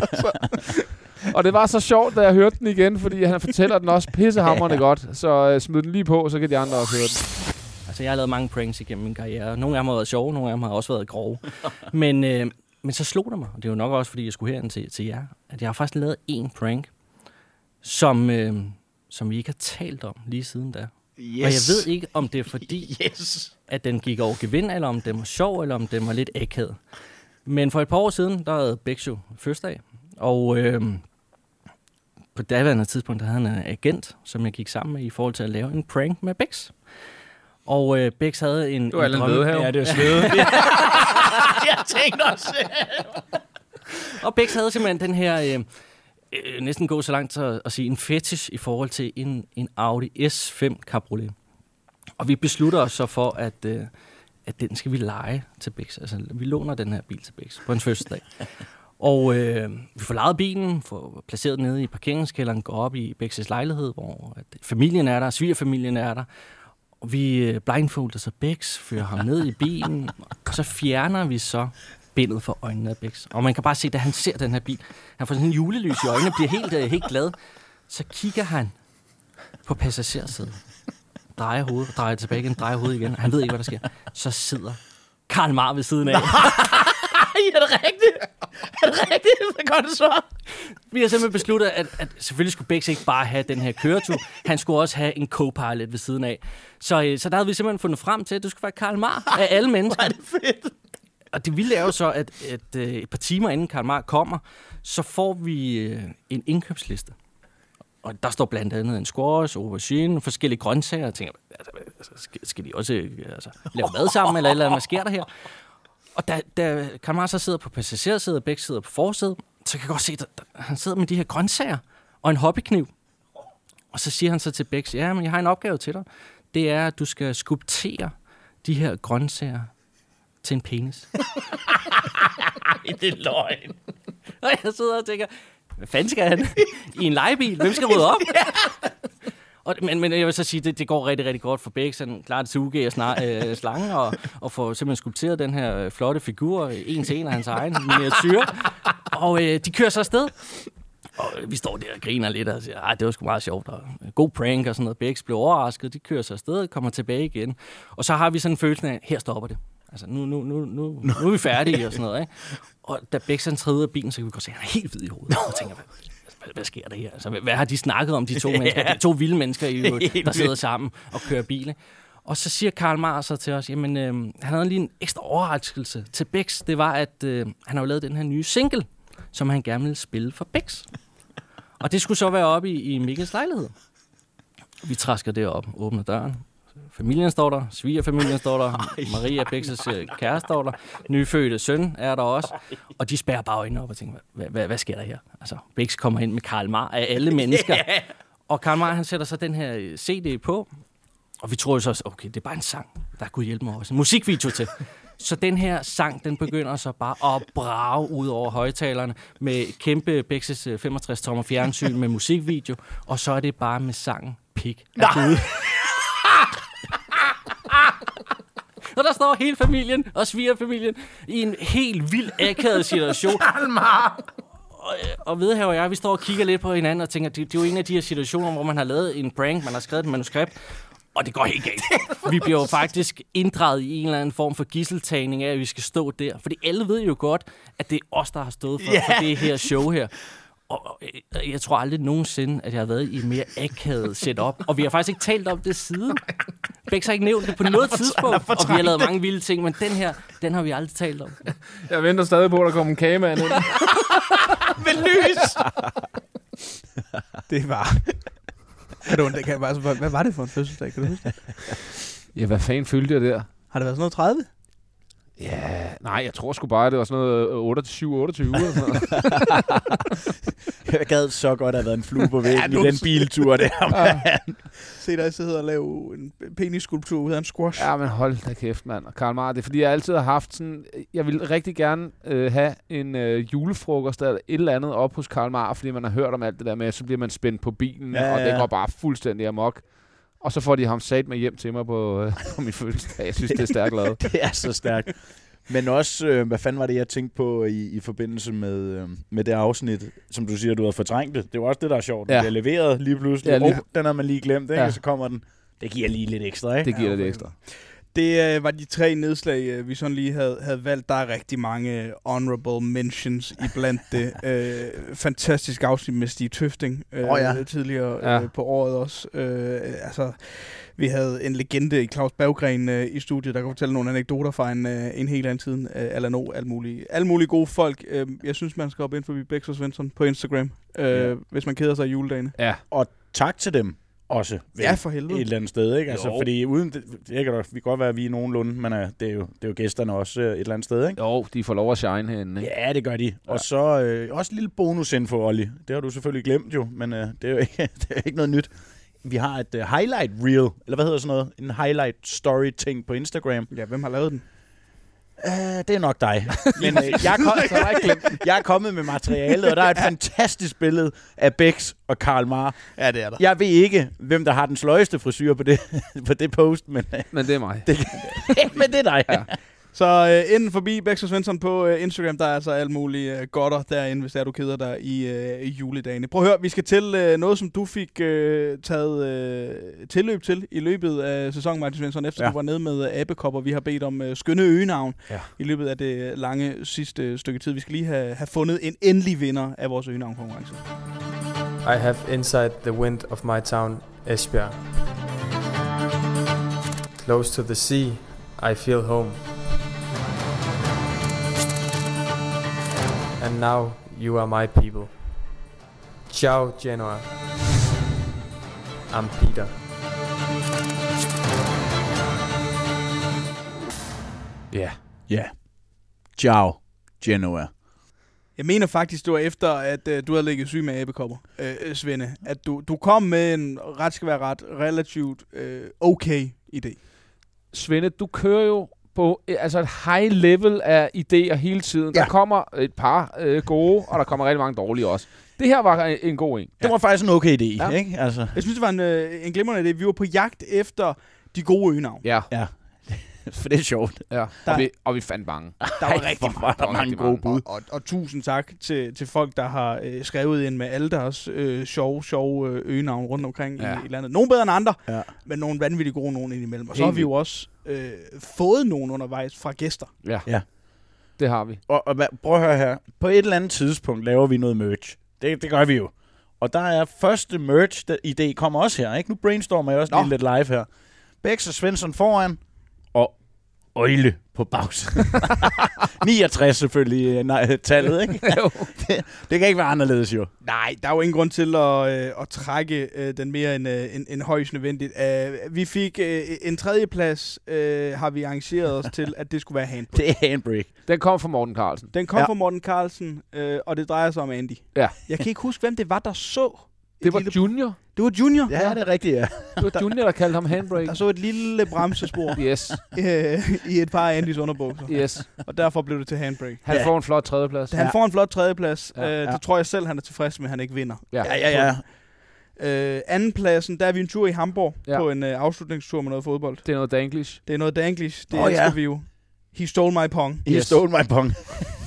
Og det var så sjovt, da jeg hørte den igen, fordi han fortæller den også pissehamrende godt. Så øh, smid den lige på, så kan de andre også høre den. Altså, jeg har lavet mange pranks igennem min karriere. Nogle af dem har været sjove, nogle af dem har også været grove. Men... Øh, Men så slog det mig, og det er jo nok også, fordi jeg skulle herind til, til jer, at jeg har faktisk lavet en prank, som, øh, som vi ikke har talt om lige siden da. Yes. Og jeg ved ikke, om det er fordi, yes. at den gik over gevind, eller om den var sjov, eller om den var lidt akavet. Men for et par år siden, der havde Bex jo fødselsdag, og øh, på daværende tidspunkt, der havde han en agent, som jeg gik sammen med i forhold til at lave en prank med Bex. Og øh, Bex havde en... Du er en drømme. Ja, det er svede. Jeg tænkte også. Og Bex havde simpelthen den her, øh, øh, næsten gå så langt til at sige, en fetish i forhold til en, en Audi S fem Cabriolet. Og vi beslutter os så for, at, øh, at den skal vi leje til Bix. Altså, vi låner den her bil til Bix på hans fødselsdag. Og øh, vi får lejet bilen, får placeret den nede i parkeringskælderen, går op i Bix's lejlighed, hvor at familien er der, svigerfamilien er der. Og vi blindfolder så Bix, fører ham ned i bilen, og så fjerner vi så bindet for øjnene af Bix. Og man kan bare se, da han ser den her bil, han får sådan en julelys i øjnene, bliver helt, øh, helt glad. Så kigger han på passagersiden, drejer hovedet, drejer tilbage igen, drejer hovedet igen. Han ved ikke, hvad der sker. Så sidder Karl Marr ved siden af. Er det rigtigt? Er det rigtigt? Det er godt svar. Vi har simpelthen besluttet, at, at selvfølgelig skulle Bix ikke bare have den her køretur. Han skulle også have en co-pilot ved siden af. Så, så der havde vi simpelthen fundet frem til, at det skulle være Karl Marr af alle mennesker. Hvor er det fedt. Og det vilde er jo så, at, at, at et par timer inden Karl Marr kommer, så får vi en indkøbsliste. Og der står blandt andet en squash, aubergine, forskellige grøntsager. Jeg tænker, altså, skal, skal de også altså, lave mad sammen, eller, eller hvad sker der her? Og da, da Karl Marr så sidder på passagersædet, og Bix sidder på forsædet, så kan jeg godt se, at han sidder med de her grøntsager og en hobbykniv. Og så siger han så til Bix, ja, men jeg har en opgave til dig. Det er, at du skal skulptere de her grøntsager til en penis. Det er løgn. Og jeg sidder og tænker, hvad fanden skal han? I en lejebil? Hvem skal rydde op? Og, men, men jeg vil så sige, det, det går rigtig, rigtig godt for Bix. Han klarer det til U G og øh, slange, og, og får simpelthen skulpteret den her øh, flotte figur, en til en af hans egen miniatyr. Og øh, de kører så afsted. Og vi står der og griner lidt og siger, at det var sgu meget sjovt. Og god prank og sådan noget. Bix blev overrasket, de kører så afsted og kommer tilbage igen. Og så har vi sådan en følelse af, her stopper det. Altså, nu, nu, nu, nu, nu er vi færdige og sådan noget, ikke? Og da Bix han træder ud af bilen, så kan vi godt se, at han er helt hvid i hovedet. Og tænker, hvad, hvad, hvad sker der her? Altså, hvad, hvad har de snakket om, de to mennesker? De to vilde mennesker, i, der sidder sammen og kører bil. Og så siger Karl Marr så til os, jamen, øh, han havde lige en ekstra overraskelse til Bix. Det var, at øh, han har jo lavet den her nye single, som han gerne ville spille for Bix. Og det skulle så være oppe i, i Mikkels lejlighed. Vi træsker derop, åbner døren. Familien står der, svigerfamilien står der, Maria Bix's kæreste står der, nyfødte søn er der også, og de spærrer bare øjnene op og tænker, hvad, hvad, hvad sker der her? Altså, Bix kommer ind med Karl Marr af alle mennesker, og Karl Marr, han sætter så den her C D på, og vi tror jo så, okay, det er bare en sang, der kunne hjælpe mig også, en musikvideo til. Så den her sang, den begynder så bare at brage ud over højtalerne med kæmpe Bix's femogtres tommer fjernsyn med musikvideo, og så er det bare med sangen Pik af Gud. Og der står hele familien og svigerfamilien i en helt vild akavet situation. Og, og vedhaver og jeg, vi står og kigger lidt på hinanden og tænker, det, det er jo en af de her situationer, hvor man har lavet en prank, man har skrevet et manuskript, og det går helt galt. Vi bliver jo faktisk inddraget i en eller anden form for gisseltagning af, at vi skal stå der. Fordi alle ved jo godt, at det er os, der har stået for, yeah. for det her show her. Og jeg tror aldrig nogensinde, at jeg har været i et mere akavet setup. Og vi har faktisk ikke talt om det siden. Bix har ikke nævnt det på noget tidspunkt. Og vi har lavet mange vilde ting, men den her, den har vi aldrig talt om. Jeg venter stadig på, at der kommer en kagemand ind. Med lys! Det var... Kan du, kan bare, hvad var det for en fødselsdag? Kan du huske det? Ja, hvad fanden følte jeg der? Har det været sådan noget tredive? Ja, nej, jeg tror sgu bare, det var sådan noget syv otteogtyve eller sådan noget. Jeg gad så godt at have været en flue på væggen ja, i den biltur der, ja. Se dig sidde og lave en penisskulptur ud af en squash. Ja, men hold da kæft, mand. Og Karl Marr, det er fordi, jeg altid har haft sådan... Jeg vil rigtig gerne øh, have en øh, julefrokost eller et eller andet op hos Karl Marr, fordi man har hørt om alt det der med, så bliver man spændt på bilen, ja, ja. Og det går bare fuldstændig amok. Og så får de ham sat med hjem til mig på, øh, på min fødselsdag. Jeg synes, det er stærkt lavet. Det er så stærkt. Men også, øh, hvad fanden var det, jeg tænkte på i, i forbindelse med, øh, med det afsnit, som du siger, du havde fortrængt det. Det var også det, der er sjovt. Ja. Det er leveret lige pludselig. Ja, lige. Oh, den har man lige glemt, ikke? Ja. Og så kommer den. Det giver lige lidt ekstra, ikke? Det giver ja, lidt ekstra. Det øh, var de tre nedslag, øh, vi sådan lige havde, havde valgt. Der er rigtig mange honorable mentions i blandt det. Øh, fantastisk afsnit med Stig Tøfting øh, oh, ja. tidligere ja. Øh, på året også. Øh, altså, vi havde en legende i Claus Berggren øh, i studiet, der kan fortælle nogle anekdoter fra en, øh, en helt anden tid. Øh, Alano, alle mulige, alle mulige gode folk. Øh, jeg synes, man skal op ind forbi Bix og Svensson på Instagram, øh, ja. hvis man keder sig i juledagene. Ja, og tak til dem. Også ja, for helvede. Et eller andet sted, ikke? Altså, fordi uden det, det kan da, vi kan godt være, at vi er nogenlunde, men uh, det, er jo, det er jo gæsterne også uh, et eller andet sted, ikke? Jo, de får lov at shine herinde, ikke? Ja, det gør de. Ja. Og så uh, også en lille bonusinfo, Olli. Det har du selvfølgelig glemt jo, men uh, det, er jo ikke, det er ikke noget nyt. vi har et uh, highlight reel, eller hvad hedder sådan noget? En highlight story ting på Instagram. Ja, hvem har lavet den? Uh, det er nok dig. Men uh, jeg, er kom- jeg er kommet med materialet, og der er et fantastisk billede af Bex og Karl Marr. Ja, det er der. Jeg ved ikke, hvem der har den sløjeste frisyr på det, på det post, men, uh, Men det er mig. det, men det er dig. Ja. Så øh, inden forbi Bex og Svensson på øh, Instagram, der er altså alt muligt øh, godter derinde, hvis det er, du keder dig i, øh, i juledagene. Prøv at høre, vi skal til øh, noget, som du fik øh, taget øh, tilløb til i løbet af sæsonen, Martin Svensson, efter ja. du var nede med øh, Abekop, og vi har bedt om øh, skønne øgenavn ja. i løbet af det lange sidste øh, stykke tid. Vi skal lige have, have fundet en endelig vinder af vores øgenavn-konkurrence. I have inside the wind of my town, Esbjerg. Close to the sea, I feel home. And now you are my people. Ciao, Genoa. I'm Peter. Ja. Yeah. Ja. Yeah. Ciao, Genoa. Jeg mener faktisk, det var efter, at øh, du havde ligget syg med abekopper, øh, Svende. At du, du kom med en, ret skal være ret, relativt øh, okay idé. Svende, du kører jo på altså et high level af idéer hele tiden. Ja. Der kommer et par øh, gode, og der kommer rigtig mange dårlige også. Det her var en, en god en. Det var faktisk en okay idé, ja. Ikke? Altså. Jeg synes, det var en, øh, en glimrende idé. Vi var på jagt efter de gode øgenavn. Ja. Ja. For det er sjovt. Ja. Og, vi, og vi fandt mange. Der var Ej, rigtig mange, der var mange gode bud. Og, og, og tusind tak til, til folk, der har øh, skrevet ind med alle deres øh, sjove, sjove øh, øgenavn rundt omkring ja. i, i landet. Nogle bedre end andre, ja. men nogle vanvittigt gode nogen indimellem. Og så har vi jo også øh, fået nogen undervejs fra gæster. Ja, ja. Det har vi. Og, og prøv at høre her. På et eller andet tidspunkt laver vi noget merch. Det, det gør vi jo. Og der er første merch-idé kommer også her. Ikke? Nu brainstormer jeg også lige lidt live her. Bex og Svensson foran. Og øjle på bagsiden. niogtres selvfølgelig, nej, tallet, ikke? det, det kan ikke være anderledes, jo. Nej, der er jo ingen grund til at, øh, at trække øh, den mere end, øh, end, end højst nødvendigt. Uh, vi fik øh, en tredjeplads, øh, har vi arrangeret os til, at det skulle være handbrake. Det er handbrake. Den kom fra Morten Carlsen. Den kom ja. fra Morten Carlsen, øh, og det drejer sig om Andy. Ja. Jeg kan ikke huske, hvem det var, der så. Det var Junior. Det var Junior? Ja, det er rigtigt, ja. Det var Junior, der kaldte ham handbrake. Der så et lille bremsespor yes. øh, i et par af Andys underbukser. Yes. Og derfor blev det til handbrake. Han ja. får en flot tredjeplads. Han ja. får en flot tredjeplads. Ja. Øh, det ja. tror jeg selv, han er tilfreds med, at han ikke vinder. Ja, ja, ja. ja. Øh, andenpladsen, der er vi en tur i Hamburg ja. på en øh, afslutningstur med noget fodbold. Det er noget danglish. Det er noget danglish. Det oh, elsker ja. vi jo. He stole my pong. He yes. stole my pong.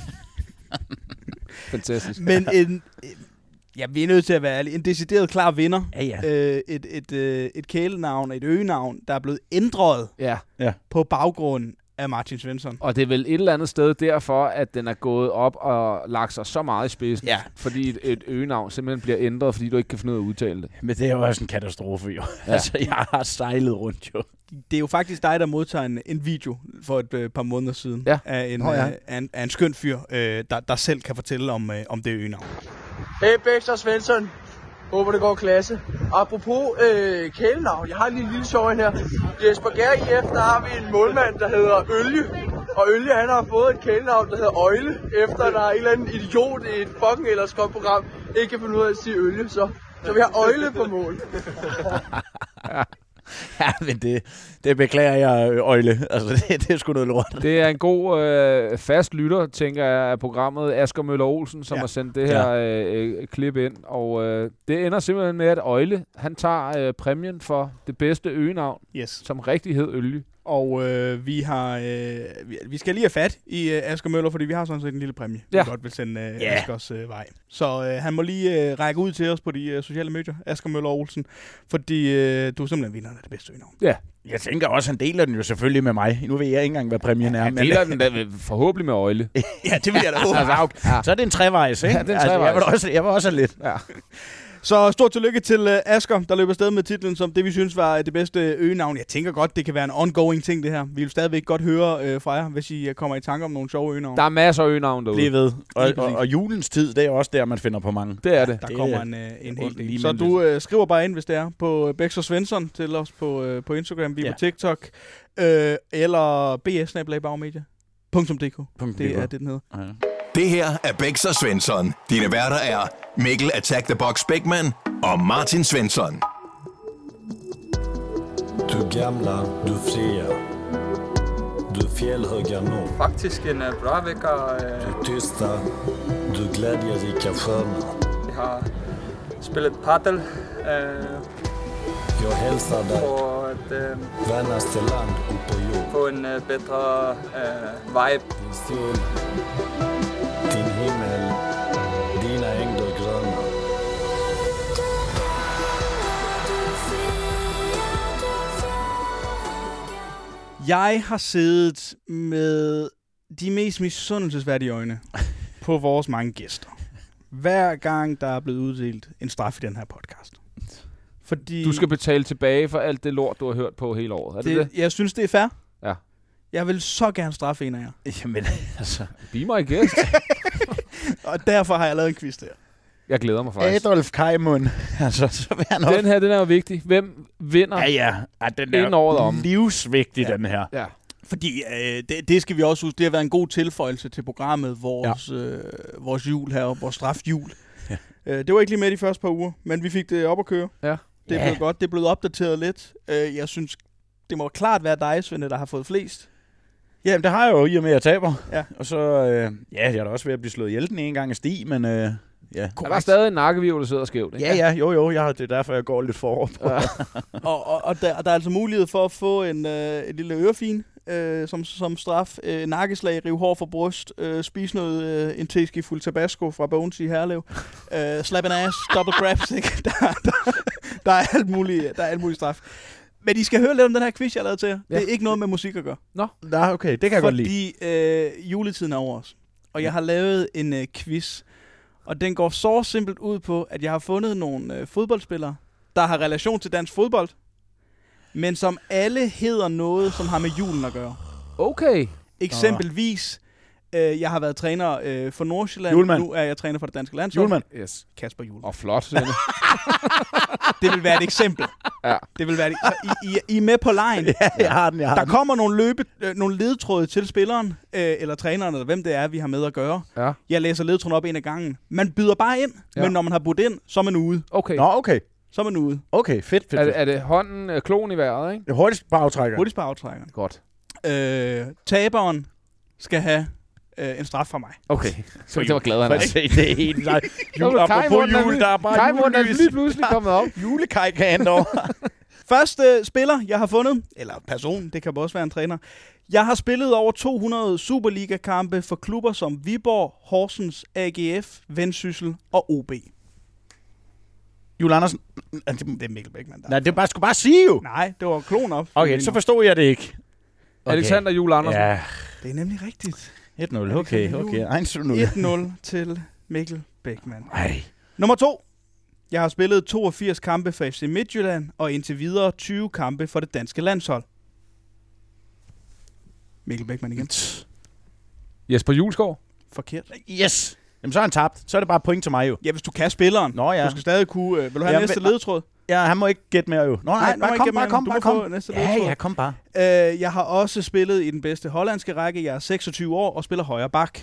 Fantastisk. Men en... Ja, vi er nødt til at være ærlige. En decideret klar vinder. Ja, ja. Øh, et, et, et, et kælenavn, et øgenavn, der er blevet ændret ja. Ja. på baggrund af Martin Svensson. Og det er vel et eller andet sted derfor, at den er gået op og lagt sig så meget i spidsen. Ja. Fordi et, et øgenavn simpelthen bliver ændret, fordi du ikke kan finde ud af at udtale det. Men det er jo også en katastrofe, jo. Ja. Altså, jeg har sejlet rundt, jo. Det er jo faktisk dig, der modtager en, en video for et øh, par måneder siden. Ja. Af en, oh, ja. øh, af en, af en skøn fyr, øh, der, der selv kan fortælle om, øh, om det øgenavn. Hey Bex og Svensson. Håber det går klasse. Apropos øh, kælenavn, jeg har lige en lille sjov her. I Esbjerg I F, der har vi en målmand, der hedder Ølje. Og Ølje, han har fået et kælenavn, der hedder Øjle, efter der er en eller anden idiot i et fucking eller program ikke kan finde ud af at sige Ølje. Så, så vi har Øjle på mål. Ja, men det, det beklager jeg, Øjle. Altså, det, det er sgu noget lort. Det er en god øh, fast lytter, tænker jeg, af programmet Asger Møller Olsen, som ja. har sendt det her øh, klip ind. Og øh, det ender simpelthen med, at Øjle, han tager øh, præmien for det bedste øgenavn, yes. som rigtig hed Ølje. Og øh, vi har øh, vi, vi skal lige have fat i øh, Asger Møller, fordi vi har sådan set en lille præmie, ja. vi godt vil sende øh, yeah. Asgers øh, vej. Så øh, han må lige øh, række ud til os på de øh, sociale medier, Asger Møller Olsen, fordi øh, du er simpelthen vinder af det bedste øgenavn. Ja. Jeg tænker også, han deler den jo selvfølgelig med mig. Nu ved jeg ikke engang, hvad præmien er. Han men deler den da forhåbentlig med Øjle. Ja, det vil jeg da håbe. Altså, okay. ja. Så er det en trevejs, ikke? Ja, det er en trevejs. Altså, jeg, var også, jeg var også lidt. Ja. Så stort tillykke til uh, Asger, der løber afsted med titlen som det, vi synes var det bedste øgenavn. Jeg tænker godt, det kan være en ongoing ting, det her. Vi vil stadigvæk godt høre uh, fra jer, hvis I uh, kommer i tanke om nogle sjove øgenavn. Der er masser af øgenavn derude. Bliv ved. Og, og, og julens tid, det er også der, man finder på mange. Det er det. Der det kommer en, uh, en hel del. Så du uh, skriver bare ind, hvis det er, på Bex og Svensson til os på, uh, på Instagram, vi er ja. på TikTok, uh, eller b s bindestreg bagmedia punktum d k. Det er det, den hedder. Ja. Det her er Bex og Svensson. Dine værter er Mikkel Attack the Box Bækman og Martin Svensson. Du gamla, du fria. Du fjällhöga norr. Faktisk en uh, bra vecka. Uh, Du tysta, du glädjerika sköna. vi har spillet paddel uh, Jag hälsar dig, på et, uh, vännaste land upp på jord. på en uh, bedre uh, vibe. Din sol, din himmel, dina ängder gröna. Jeg har siddet med de mest misundelsesværdige øjne på vores mange gæster. Hver gang, der er blevet uddelt en straf i den her podcast. Fordi Du skal betale tilbage for alt det lort, du har hørt på hele året. Er det det? det, jeg synes, det er fair. Ja. Jeg vil så gerne straffe en af jer. Jamen, altså... Be my guest. Og derfor har jeg lavet en quiz der. Jeg glæder mig faktisk. Adolf Kajmund. Altså, så vil han også... Den her, den er jo vigtig. Hvem vinder? Ja, ja. ja den Inden året om. er livsvigtig, Ja. den her. Ja. Fordi øh, det, det skal vi også huske. Det har været en god tilføjelse til programmet, vores, ja. øh, vores jul her, vores strafjul. Ja. Øh, det var ikke lige med de første par uger, men vi fik det op at køre. Ja. Det er Ja. blevet godt. Det er blevet opdateret lidt. Øh, jeg synes, det må klart være dig, Svende, der har fået flest. Jamen, det har jeg jo i og med, at jeg taber. Ja. Og så, øh, ja, jeg er da også ved at blive slået ihjel den ene gang af Stig, men øh, ja. Der er stadig en nakkevirvel, der sidder skævt, ikke? Ja, ja, jo, jo, jeg, det er derfor, jeg går lidt forover på. Ja. og og, og der, der er altså mulighed for at få en, øh, en lille ørefin øh, som, som straf. Øh, nakkeslag, rive hår for bryst, øh, spise noget, øh, en teski fuld tabasco fra Bones i Herlev. øh, slap an ass, double grabs, ikke? Der, der, der, er alt muligt, der er alt muligt straf. Men I skal høre lidt om den her quiz, jeg har lavet til jer. Ja. Det er ikke noget med musik at gøre. Nå, Nej, okay, det kan jeg godt lide. Fordi øh, juletiden er over os. Og jeg har lavet en øh, quiz. Og den går så simpelt ud på, at jeg har fundet nogle øh, fodboldspillere, der har relation til dansk fodbold, men som alle hedder noget, som har med julen at gøre. okay. Eksempelvis, øh, jeg har været træner øh, for Nordsjælland. Julemand. Nu er jeg træner for det danske landshold. Julemand. Yes. Kasper Julemand. Og flot, Svende. Det vil være et eksempel. Ja. Det vil være et, så I, I, I er med på lejen. Ja, jeg har den, jeg har Der den. kommer nogle, løbe, øh, nogle ledtråde til spilleren, øh, eller træneren, eller hvem det er, vi har med at gøre. Ja. Jeg læser ledtråden op en af gangen. Man byder bare ind, Ja. men når man har budt ind, så er man ude. Okay. Nå, okay. Så er man ude. Okay, fedt, fedt, Er, fedt. det- er det hånden, øh, kloen i vejret, ikke? Det er hurtigst bare aftrækker. Hurtigst bare aftrækkeren. Godt. Øh, taberen skal have øh, en straf fra mig. Okay. Så det var glad, han For er. at se, det er helt nej. Jul, Nå, apropos Kajmund er jul, lige- der er bare Kajmund er julelys. lige pludselig kommet op. Julekajkan over. Første spiller, jeg har fundet, eller person, det kan også være en træner. Jeg har spillet over to hundrede Superliga-kampe for klubber som Viborg, Horsens, A G F, Vendsyssel og O B. Jule Andersen. Det er Mikkel Bækman, der. Nej, det er bare, skulle bare sige jo. Nej, det var klon op. Okay, så forstod jeg det ikke. Okay. Alexander Jule Andersen. Ja, Det er nemlig rigtigt. et nul. Okay, okay. et nul. et nul til Mikkel Bækman. Ej. Nummer to. Jeg har spillet toogfirs kampe for F C Midtjylland, og indtil videre tyve kampe for det danske landshold. Mikkel Bækman igen. Jesper Julesgaard. Forkert. Yes. Jamen, så er han tabt. Så er det bare point til mig jo. Ja, hvis du kan spilleren. Nå ja. Du skal stadig kunne... Øh, vil du have Ja, næste men- ledtråd? Ja, han må ikke gætte mere jo. Nå, nej, Nej, du må bare ikke kom, gætte bare mere. kom, Du bare må få kom. næste Ja, ledtråd. ja, kom bare. Øh, jeg har også spillet i den bedste hollandske række. Jeg er seksogtyve år og spiller højre bak.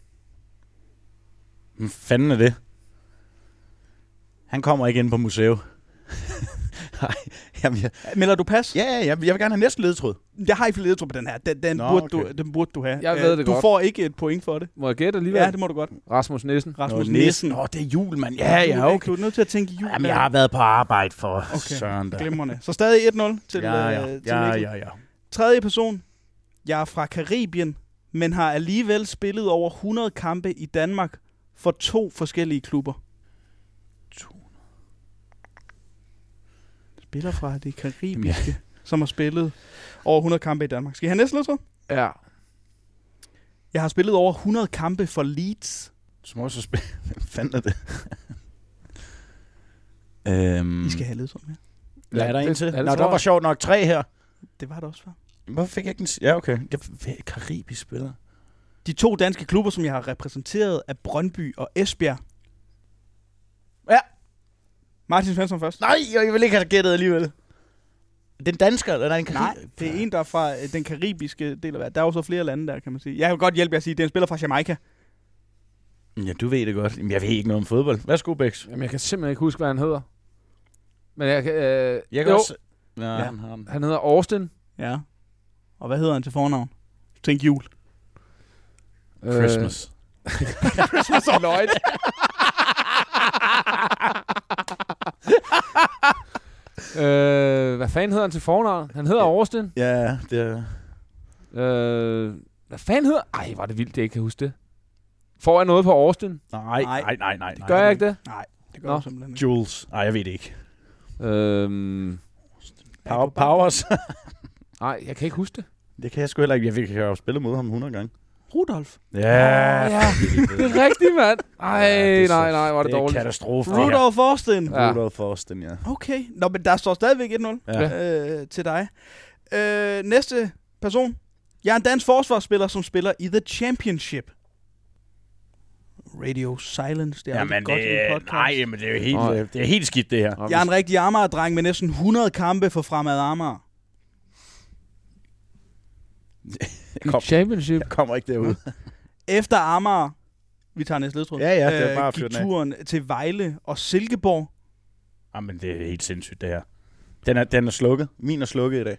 Hvad fanden er det? Han kommer ikke ind på museet. Nej, jamen, jeg, Melder du pas? ja, ja, jeg, jeg vil gerne have næste ledtråd. Jeg har ikke flere ledtråd på den her. Den, den, Nå, burde, okay. du, den burde du have. Jeg Øh, ved det du godt. får ikke et point for det. Må jeg gætte alligevel? Ja, det må du godt. Rasmus Nissen. Rasmus Nå, Nissen. Åh, det er jul, mand. Ja, ja, Du, okay. du er nødt til at tænke jul. Jamen, jeg har været på arbejde for Okay, Søren der. glimrende. Så stadig et nul til, Ja, ja, øh, til ja, Mikkel. ja, ja. Tredje person. Jeg er fra Karibien, men har alligevel spillet over hundrede kampe i Danmark for to forskellige klubber. Spiller fra det karibiske, ja. som har spillet over hundrede kampe i Danmark. Skal I have næste ledtråd? Ja. Jeg har spillet over hundrede kampe for Leeds. Som også spiller. Hvem fanden er det? øhm, I skal have ledtråd med. Ja, er der en det- til? er det Nå, tror der var jeg. sjovt nok tre her. Det var det også før. Hvorfor fik jeg ikke den? s- Ja, okay. Jeg er karibisk spiller. De to danske klubber, som jeg har repræsenteret, er Brøndby og Esbjerg. Ja. Martin Svensson først. Nej, jeg vil ikke have gættet alligevel. Den dansker, eller er en Nej, det er en, der er fra øh, den karibiske del af verden. Der er jo så flere lande der, kan man sige. Jeg kan godt hjælpe jer at sige, det er en spiller fra Jamaica. Ja, du ved det godt. Jamen, jeg ved ikke noget om fodbold. Værsgo, Bæks. Jamen, jeg kan simpelthen ikke huske, hvad han hedder. Men jeg kan... Øh, Jeg kan jo, også... Ja, Ja. han har den. Han hedder Austin. Ja. Og hvad hedder han til fornavn? Tænk jul. Christmas. Christmas og Lloyd. øh, hvad fanden hedder han til fornavn? Han hedder Austin. Ja, det er... Øh, hvad fanden hedder... Ej, var det vildt, jeg ikke kan huske det. Får jeg noget på Austin? Nej, nej, nej, nej. Gør jeg ikke det? Nej, det gør Nå. du simpelthen ikke. Jules. Nej, jeg ved det ikke. Øhm, Power, Powers. nej, jeg kan ikke huske det. Det kan jeg sgu heller ikke. Jeg har jo spillet mod ham hundrede gange. Rudolf. Ja, Åh, ja. Det er rigtigt, mand. Ej, det er så- nej, nej, var det, det er dårligt. katastrofe. Rudolf Austin. Ja. Rudolf Austin, ja. Okay. Nå, men der står stadigvæk et nul Ja. øh, til dig. Øh, næste person. Jeg er en dansk forsvarsspiller, som spiller i The Championship. Radio Silence. Det er Jamen, aldrig godt i en det, podcast. nej, men det er jo helt, Nej. øh, det er helt skidt, det her. Jeg er en rigtig Amager-dreng med næsten hundrede kampe for Fremad Amager. I Championship. Jeg kommer ikke derud. Efter Amager, vi tager næste ledtråd, Ja, ja, det er bare at fyre gik den af. turen til Vejle og Silkeborg. Jamen, det er helt sindssygt, det her. Den er, den er slukket. Min er slukket i dag.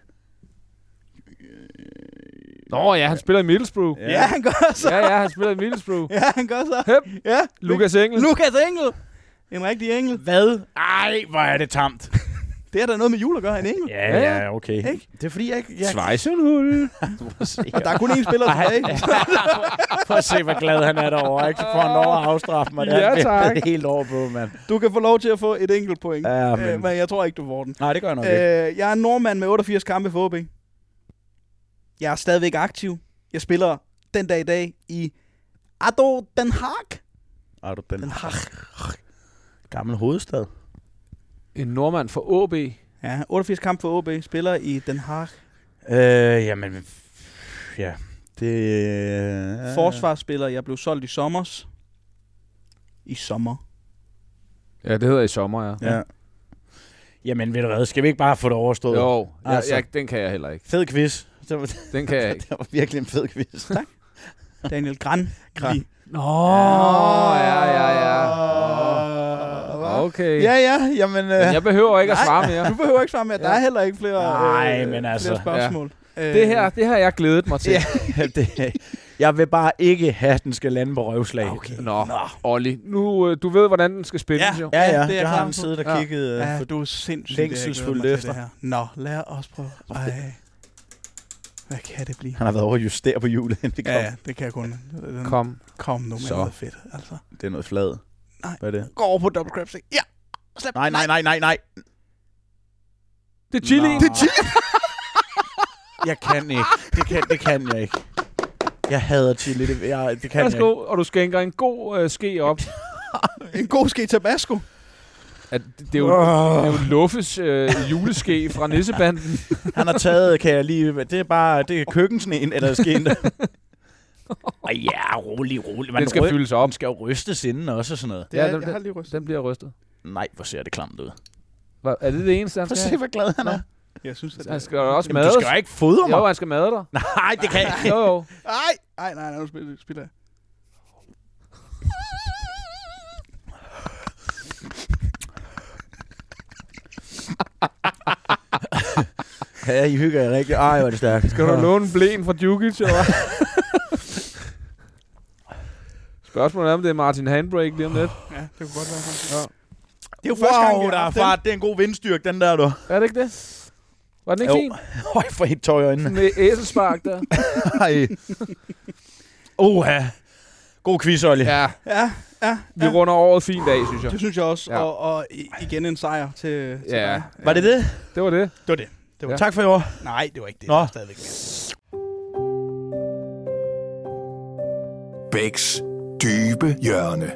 Nå ja, han spiller i Middlesbrough. Ja, ja han gør så. Ja, ja, han spiller i Middlesbrough. Ja, han gør så. Hep. Ja. Lukas Engel. Lukas Engel. En rigtig engel. Hvad? Ej, hvor er det tamt. Det er der noget med jul at gøre, en engel. Ja, ja, okay. Ikke? Det er fordi, jeg... jeg Svejsenhul. Og der er kun én spiller tilbage. Prøv at se, hvor glad han er derovre, ikke? Så får han lov at afstraffe mig. Ja, Det er tak. det er helt over på, mand. Du kan få lov til at få et enkelt point. Ja, men- Øh, men jeg tror ikke, du får den. Nej, det gør jeg nok ikke. Øh, jeg er en nordmand med otteogfirs kampe for O B. Jeg er stadigvæk aktiv. Jeg spiller den dag i dag i Ado Den Haag. Er du den Den Haag. gammel hovedstad? En nordmand for O B. Ja, otteogfirs kampe for O B. Spiller i Den Haag. Øh, jamen... Ja, det... Øh, Forsvarsspiller. Jeg blev solgt i sommers. I sommer. Ja, det hedder i sommer, ja. Ja. Jamen, ved du hvad? Skal vi ikke bare få det overstået? Jo, ja, Altså. ja, den kan jeg heller ikke. Fed quiz. Det var, Den kan jeg ikke. det var virkelig en fed quiz. Tak. Daniel Gran. Gran. Nå, ja, ja, ja. Okay. Ja, ja, jamen... Øh, Men jeg behøver ikke at svare mere. Du behøver ikke svare mere. Der er heller ikke flere, Nej, øh, men altså, flere spørgsmål. Ja. Det her, det har jeg glædet mig til. ja, det, jeg vil bare ikke have, at den skal lande på røvslag. Okay. Nå, Olli, nu øh, du ved, hvordan den skal spilles, Ja. jo. Ja, ja, det er det jeg har klar han på. siddet og Ja. kigget. øh, Ja, for- du er sindssygt længselsfuldt jeg glæder mig efter. til det her. Nå, lad os prøve. Ej. Hvad kan det blive? Han har været over at justere på hjulet, inden vi kom. Ja, ja, det kan jeg kun. Den, Kom. Kom nu med Så. noget fedt, altså. Det er noget flad. Nej. Hvad er det? Gå over på double crab stick. Ja. Slap. Nej, nej, nej, nej, nej. Det er chili. Nå. Det er chili. Jeg kan ikke. Det kan, det kan jeg ikke. Jeg hader chili. Det, jeg, det kan jeg Værsgo, ikke. og du skænker en god øh, ske op. En god ske tabasco. At, det, det, er jo, det er jo Luffes øh, juleske fra Nissebanden. Han har taget, kan jeg lige... Det er bare... Det er køkkensneen, eller skeen der. Ej, ja, rolig, rolig. Man Den skal ry- fyldes op. Den skal jo rystes inden også og sådan noget. Det Ja, er, den- jeg har lige rystet. Den bliver rystet. Nej, hvor ser det klamt ud. Hva, er det det eneste, han Prøv at skal se, have? hvor glad han er. Jeg synes, at Han skal jo også Jamen, mades. du skal jo ikke fodre mig. Jo, han skal made dig. Nej, det kan jeg ikke. Jo, jo. Ej, ej, nej, nej, nu spiller, spiller jeg. Ja, I hygger jer rigtig. Ej, hvor er det stærkt. Skal du låne blæen fra Djukic, eller hvad? Spørgsmålet er, om det er Martin Handbrake lige om lidt. Ja, det kunne godt være sådan. Ja. Det er jo første gang, vi Wow, der har er haft fart. Det er en god vindstyrke, den der, du. Er det ikke det? Var den ikke Jo. fin? Høj, for helt tøj i øjnene. Med æselspark der. Ej. Oha. God quiz, Olli. Ja, den. Ja, ja, vi ja. runder året fint af, synes jeg. Det synes jeg også. Ja. Og, og i- igen en sejr til, til Ja. dig. Var det det? Det var det. Det var det. Det var Ja. Tak for i år. Nej, det var ikke det. Nå. Det var stadigvæk mere. Bæks dybe hjørne.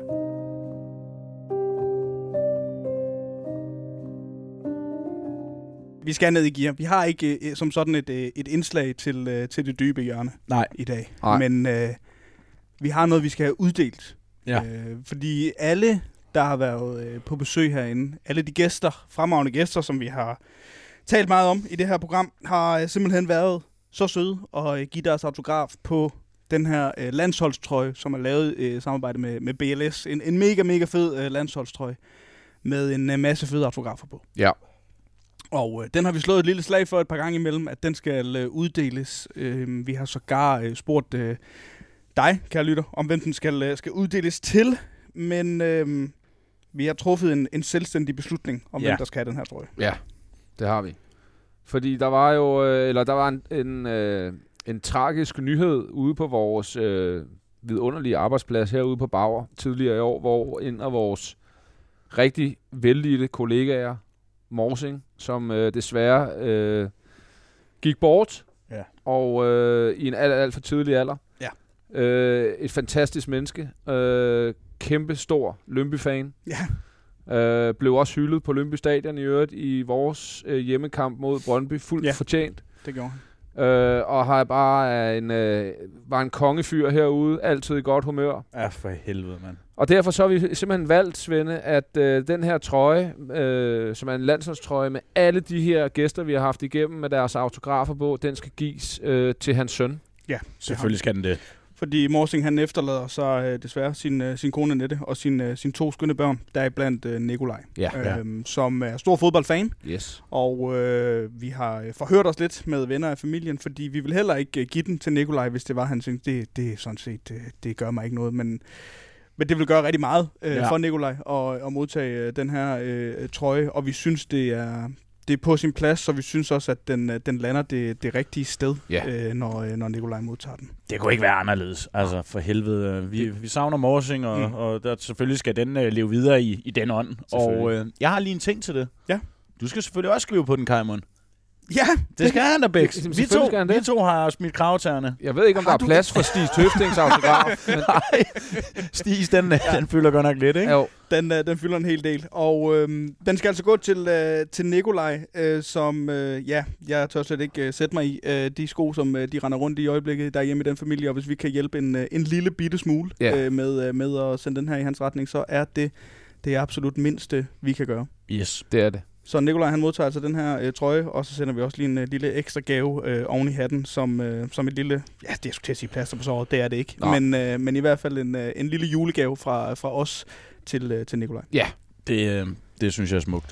Vi skal ned i gear. Vi har ikke øh, som sådan et, øh, et indslag til, øh, til det dybe hjørne Nej. i dag. Nej. Men øh, vi har noget, vi skal have uddelt. Ja. Øh, fordi alle, der har været øh, på besøg herinde, alle de gæster, fremragende gæster, som vi har talt meget om i det her program, har øh, simpelthen været så søde og øh, give deres autograf på den her øh, landsholdstrøje, som er lavet i øh, samarbejde med, med B L S. En, en mega, mega fed øh, landsholdstrøje med en øh, masse fede autografer på. Ja. Og øh, den har vi slået et lille slag for et par gange imellem, at den skal øh, uddeles. Øh, vi har sågar øh, spurgt øh, dig, kære lytter, om hvem den skal, øh, skal uddeles til. Men øh, vi har truffet en, en selvstændig beslutning om, ja. hvem der skal have den her trøje. Ja, det har vi. Fordi der var jo, øh, eller der var en, en, øh, en tragisk nyhed ude på vores øh, vidunderlige arbejdsplads herude på Bauer tidligere i år, hvor en af vores rigtig vellidte kollegaer, Morsing, som øh, desværre øh, gik bort, ja. og øh, i en alt, alt for tidlig alder. Ja. Øh, et fantastisk menneske, øh, kæmpe stor Lyngby-fan. Ja. Øh, blev også hyldet på Lyngby Stadion i øvrigt i vores øh, hjemmekamp mod Brøndby, fuldt ja. fortjent. Det gjorde han. Øh, og har bare en, øh, var en kongefyr herude, altid i godt humør. Ja, for helvede, mand. Og derfor så har vi simpelthen valgt, Svende, at øh, den her trøje, øh, som er en landsholdstrøje med alle de her gæster, vi har haft igennem med deres autografer på, den skal gives øh, til hans søn. Ja, selvfølgelig skal den det. Fordi Morsing, han efterlader så øh, desværre sin, øh, sin kone Nette og sin, øh, sine to skønne børn, deriblandt øh, Nikolaj, ja. øhm, som er stor fodboldfan. Yes. Og øh, vi har forhørt os lidt med venner af familien, fordi vi vil heller ikke øh, give den til Nikolaj, hvis det var han synes, det, det er sådan set, det, det gør mig ikke noget, men... Men det vil gøre rigtig meget øh, ja. for Nikolaj at, at modtage øh, den her øh, trøje, og vi synes, det er, det er på sin plads, så vi synes også, at den, den lander det, det rigtige sted, ja. øh, når, når Nikolaj modtager den. Det kunne ikke være anderledes, altså for helvede. Vi, vi savner Morsing, og, mm. og der, selvfølgelig skal den øh, leve videre i, i den ånd. Og øh, jeg har lige en ting til det. Ja. Du skal selvfølgelig også skrive på den, Kajmon. Ja, det skal han da, Bæks. Vi, to, vi to har smidt kravtagerne. Jeg ved ikke, om har der er plads for Stig Tøftings autograf. Men... Nej, Stigs, den, ja. den fylder godt nok lidt, ikke? Jo. Den, den fylder en hel del. Og øhm, den skal altså gå til, øh, til Nikolaj, øh, som, øh, ja, jeg tør slet ikke øh, sætte mig i øh, de sko, som øh, de render rundt i øjeblikket derhjemme i den familie. Og hvis vi kan hjælpe en, øh, en lille bitte smule yeah. øh, med, øh, med at sende den her i hans retning, så er det det er absolut mindste, vi kan gøre. Yes, det er det. Så Nikolaj, han modtager altså den her øh, trøje, og så sender vi også lige en øh, lille ekstra gave øh, oven i hatten, som, øh, som et lille, ja, det er sgu til at sige plaster på såret, det er det ikke, men, øh, men i hvert fald en, øh, en lille julegave fra, fra os til, øh, til Nikolaj. Ja, det, øh, det synes jeg er smukt.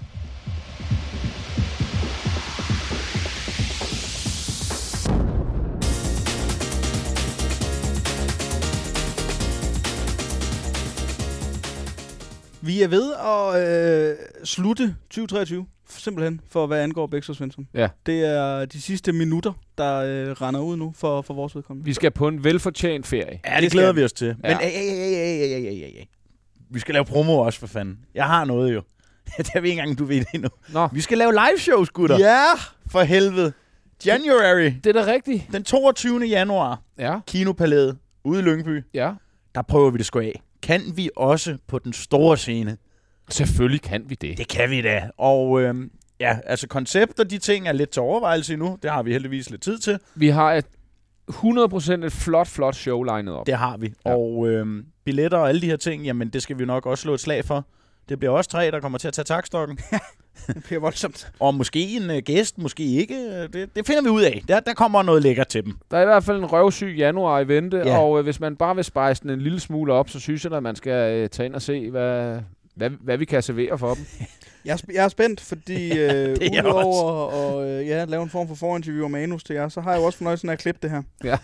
Vi er ved at øh, slutte tyve treogtyve, simpelthen, for hvad angår Bæks og Svensson. Ja. Det er de sidste minutter, der øh, render ud nu for, for vores vedkommende. Vi skal på en velfortjent ferie. Ja, det, det glæder vi os til. Ja. Men ja, ja, ja, ja, ja, ja, ja, ja. Vi skal lave promo også, for fanden. Jeg har noget jo. Det er vi ikke engang, du ved det endnu. Nå. Vi skal lave live shows, gutter. Ja, for helvede. January. Det er da rigtigt. Den toogtyvende januar. Ja. Kinopalæet ude i Lyngby. Ja. Der prøver vi det sgu af. Kan vi også på den store scene? Selvfølgelig kan vi det. Det kan vi da. Og øhm, ja, altså koncepter, de ting er lidt til overvejelse endnu. Det har vi heldigvis lidt tid til. Vi har et hundrede procent et flot, flot show legnet op. Det har vi. Ja. Og øhm, billetter og alle de her ting, jamen det skal vi nok også slå et slag for. Det bliver også tre, der kommer til at tage takstokken. Det bliver voldsomt. Og måske en uh, gæst, måske ikke. Det, det finder vi ud af. Der, der kommer noget lækkert til dem. Der er i hvert fald en røvsyg januar i vente, ja. og øh, hvis man bare vil spejse den en lille smule op, så synes jeg, at man skal øh, tage ind og se, hvad, hvad, hvad vi kan servere for dem. Jeg er, sp- jeg er spændt, fordi øh, udover at øh, ja, lave en form for forinterview og manus til jer, så har jeg jo også fornøjelsen af at klippe det her. Ja.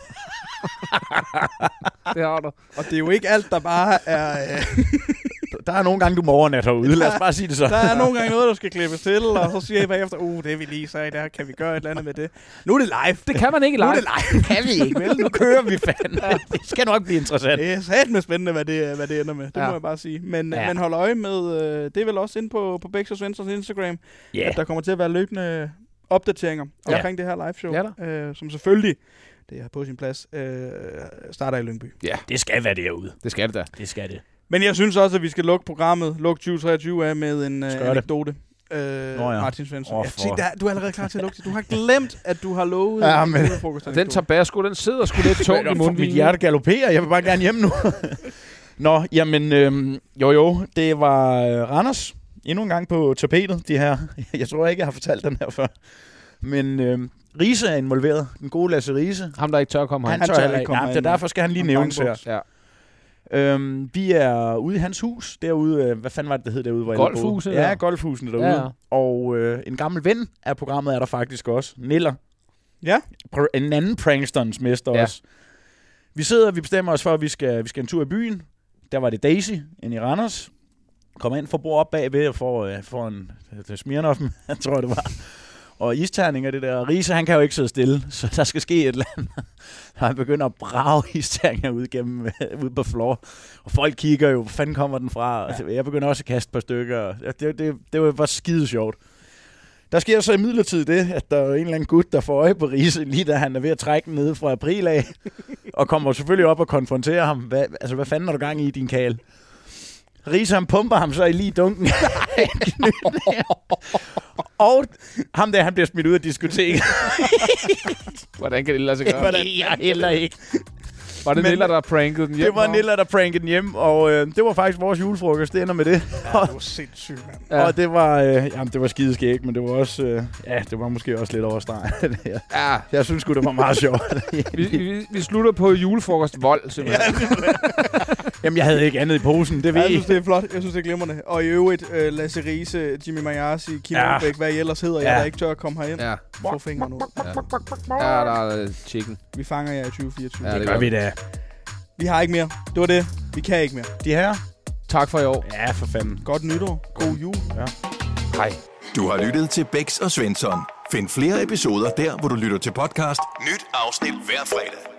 Det har du. Og det er jo ikke alt, der bare er... Øh Der er nogle gange, du må overnatte herude. Lad os bare sige det så. Der er nogle gange noget, der skal klippes til, og så siger jeg bagefter, uh, det vi lige sagde der, kan vi gøre et eller andet med det? Nu er det live. Det kan man ikke live. Nu er det live. Det kan vi ikke, vel? Nu kører vi fandme. Det skal nok blive interessant. Det er satme spændende, hvad det, hvad det ender med. Det ja. må jeg bare sige. Men, ja. men hold øje med, øh, det er vel også inde på, på Bæks og Svenssons Instagram, yeah. at der kommer til at være løbende opdateringer ja. omkring det her live show, ja, øh, som selvfølgelig, det er på sin plads, øh, starter i Lyngby. Ja, det skal være derude. Det skal det da. Det skal det. Men jeg synes også, at vi skal lukke programmet, lukke tyve treogtyve af med en uh, anekdote. Øh, Nå ja. Martin Svensson. Oh, ja, der, du er allerede klar til at lukke det. Du har glemt, at du har lovet ja, men, den tabasco, den sidder sgu lidt tungt i munden. Mit hjerte galopperer. Jeg vil bare gerne hjem nu. Nå, jamen, øhm, jo jo, det var øh, Randers endnu en gang på tapetet, de her. Jeg tror ikke, jeg har fortalt den her før. Men øhm, Riise er involveret. Den gode Lasse Riise. Ham, der ikke tør komme han, han tør, tør ikke komme ja, det er derfor skal han lige nævnes her. Ja. Øhm, vi er ude i hans hus, derude, øh, hvad fanden var det, det hed derude? Hvor Golfhuset? Ja, golfhuset derude. Ja. Og øh, en gammel ven af programmet er der faktisk også, Niller. Ja. En anden pranksterens mester ja. også. Vi sidder, vi bestemmer os for, at vi skal, vi skal en tur i byen. Der var det Daisy, inde i Randers. Kommer ind for bord op bagved og får, øh, får en øh, Smirnoffen, jeg tror det var. Og isterning og det der. Riese, han kan jo ikke sidde stille, så der skal ske et eller andet. Han begynder at brage isterninger ud, gennem, ud på floor. Og folk kigger jo, hvor fanden kommer den fra? Ja. Jeg begynder også at kaste et par stykker. Det, det, det var bare skide sjovt. Der sker så imidlertid det, at der er en eller anden gut, der får øje på Riese, lige da han er ved at trække den nede fra april af, og kommer selvfølgelig op og konfronterer ham. Hvad, altså, hvad fanden er du gang i, din kale? Riese, han pumper ham så i lige dunken. Og ham der, han bliver smidt ud af diskoteket. Hvordan kan det lade sig gøre? Hvordan? Jeg heller ikke. Var det Niller, der prankede den hjem? Det var Niller, der prankede den hjem, og øh, det var faktisk vores julefrokost. Det ender med det. Ja, det var sindssygt, mand. Ja. Og det var, øh, jamen, det var skideskægt, men det var også, øh, ja, det var måske også lidt overstreget. Ja. Jeg synes sgu, det var meget sjovt. vi, vi, vi slutter på julefrokost vold, simpelthen. Ja, jamen, jeg havde ikke andet i posen, det ved ja, jeg. synes, det er flot. Jeg synes, det er glimrende. Og i øvrigt, øh, Lasse Riese, Jimmy Mayasi, Kim ja. Olbæk, hvad I ellers hedder, ja. jeg der ikke tør at komme herind. Ja. Få fingrene ud. Ja. ja, der er uh, chicken. Vi fanger jer i tyve fireogtyve. Ja, det, det gør vi da. Vi har ikke mere. Det var det. Vi kan ikke mere. De her. Tak for i år. Ja, for fanden. Godt nytår. God jul. Ja. Hej. Du har lyttet til Bæks og Svensson. Find flere episoder der, hvor du lytter til podcast. Nyt afsnit hver fredag.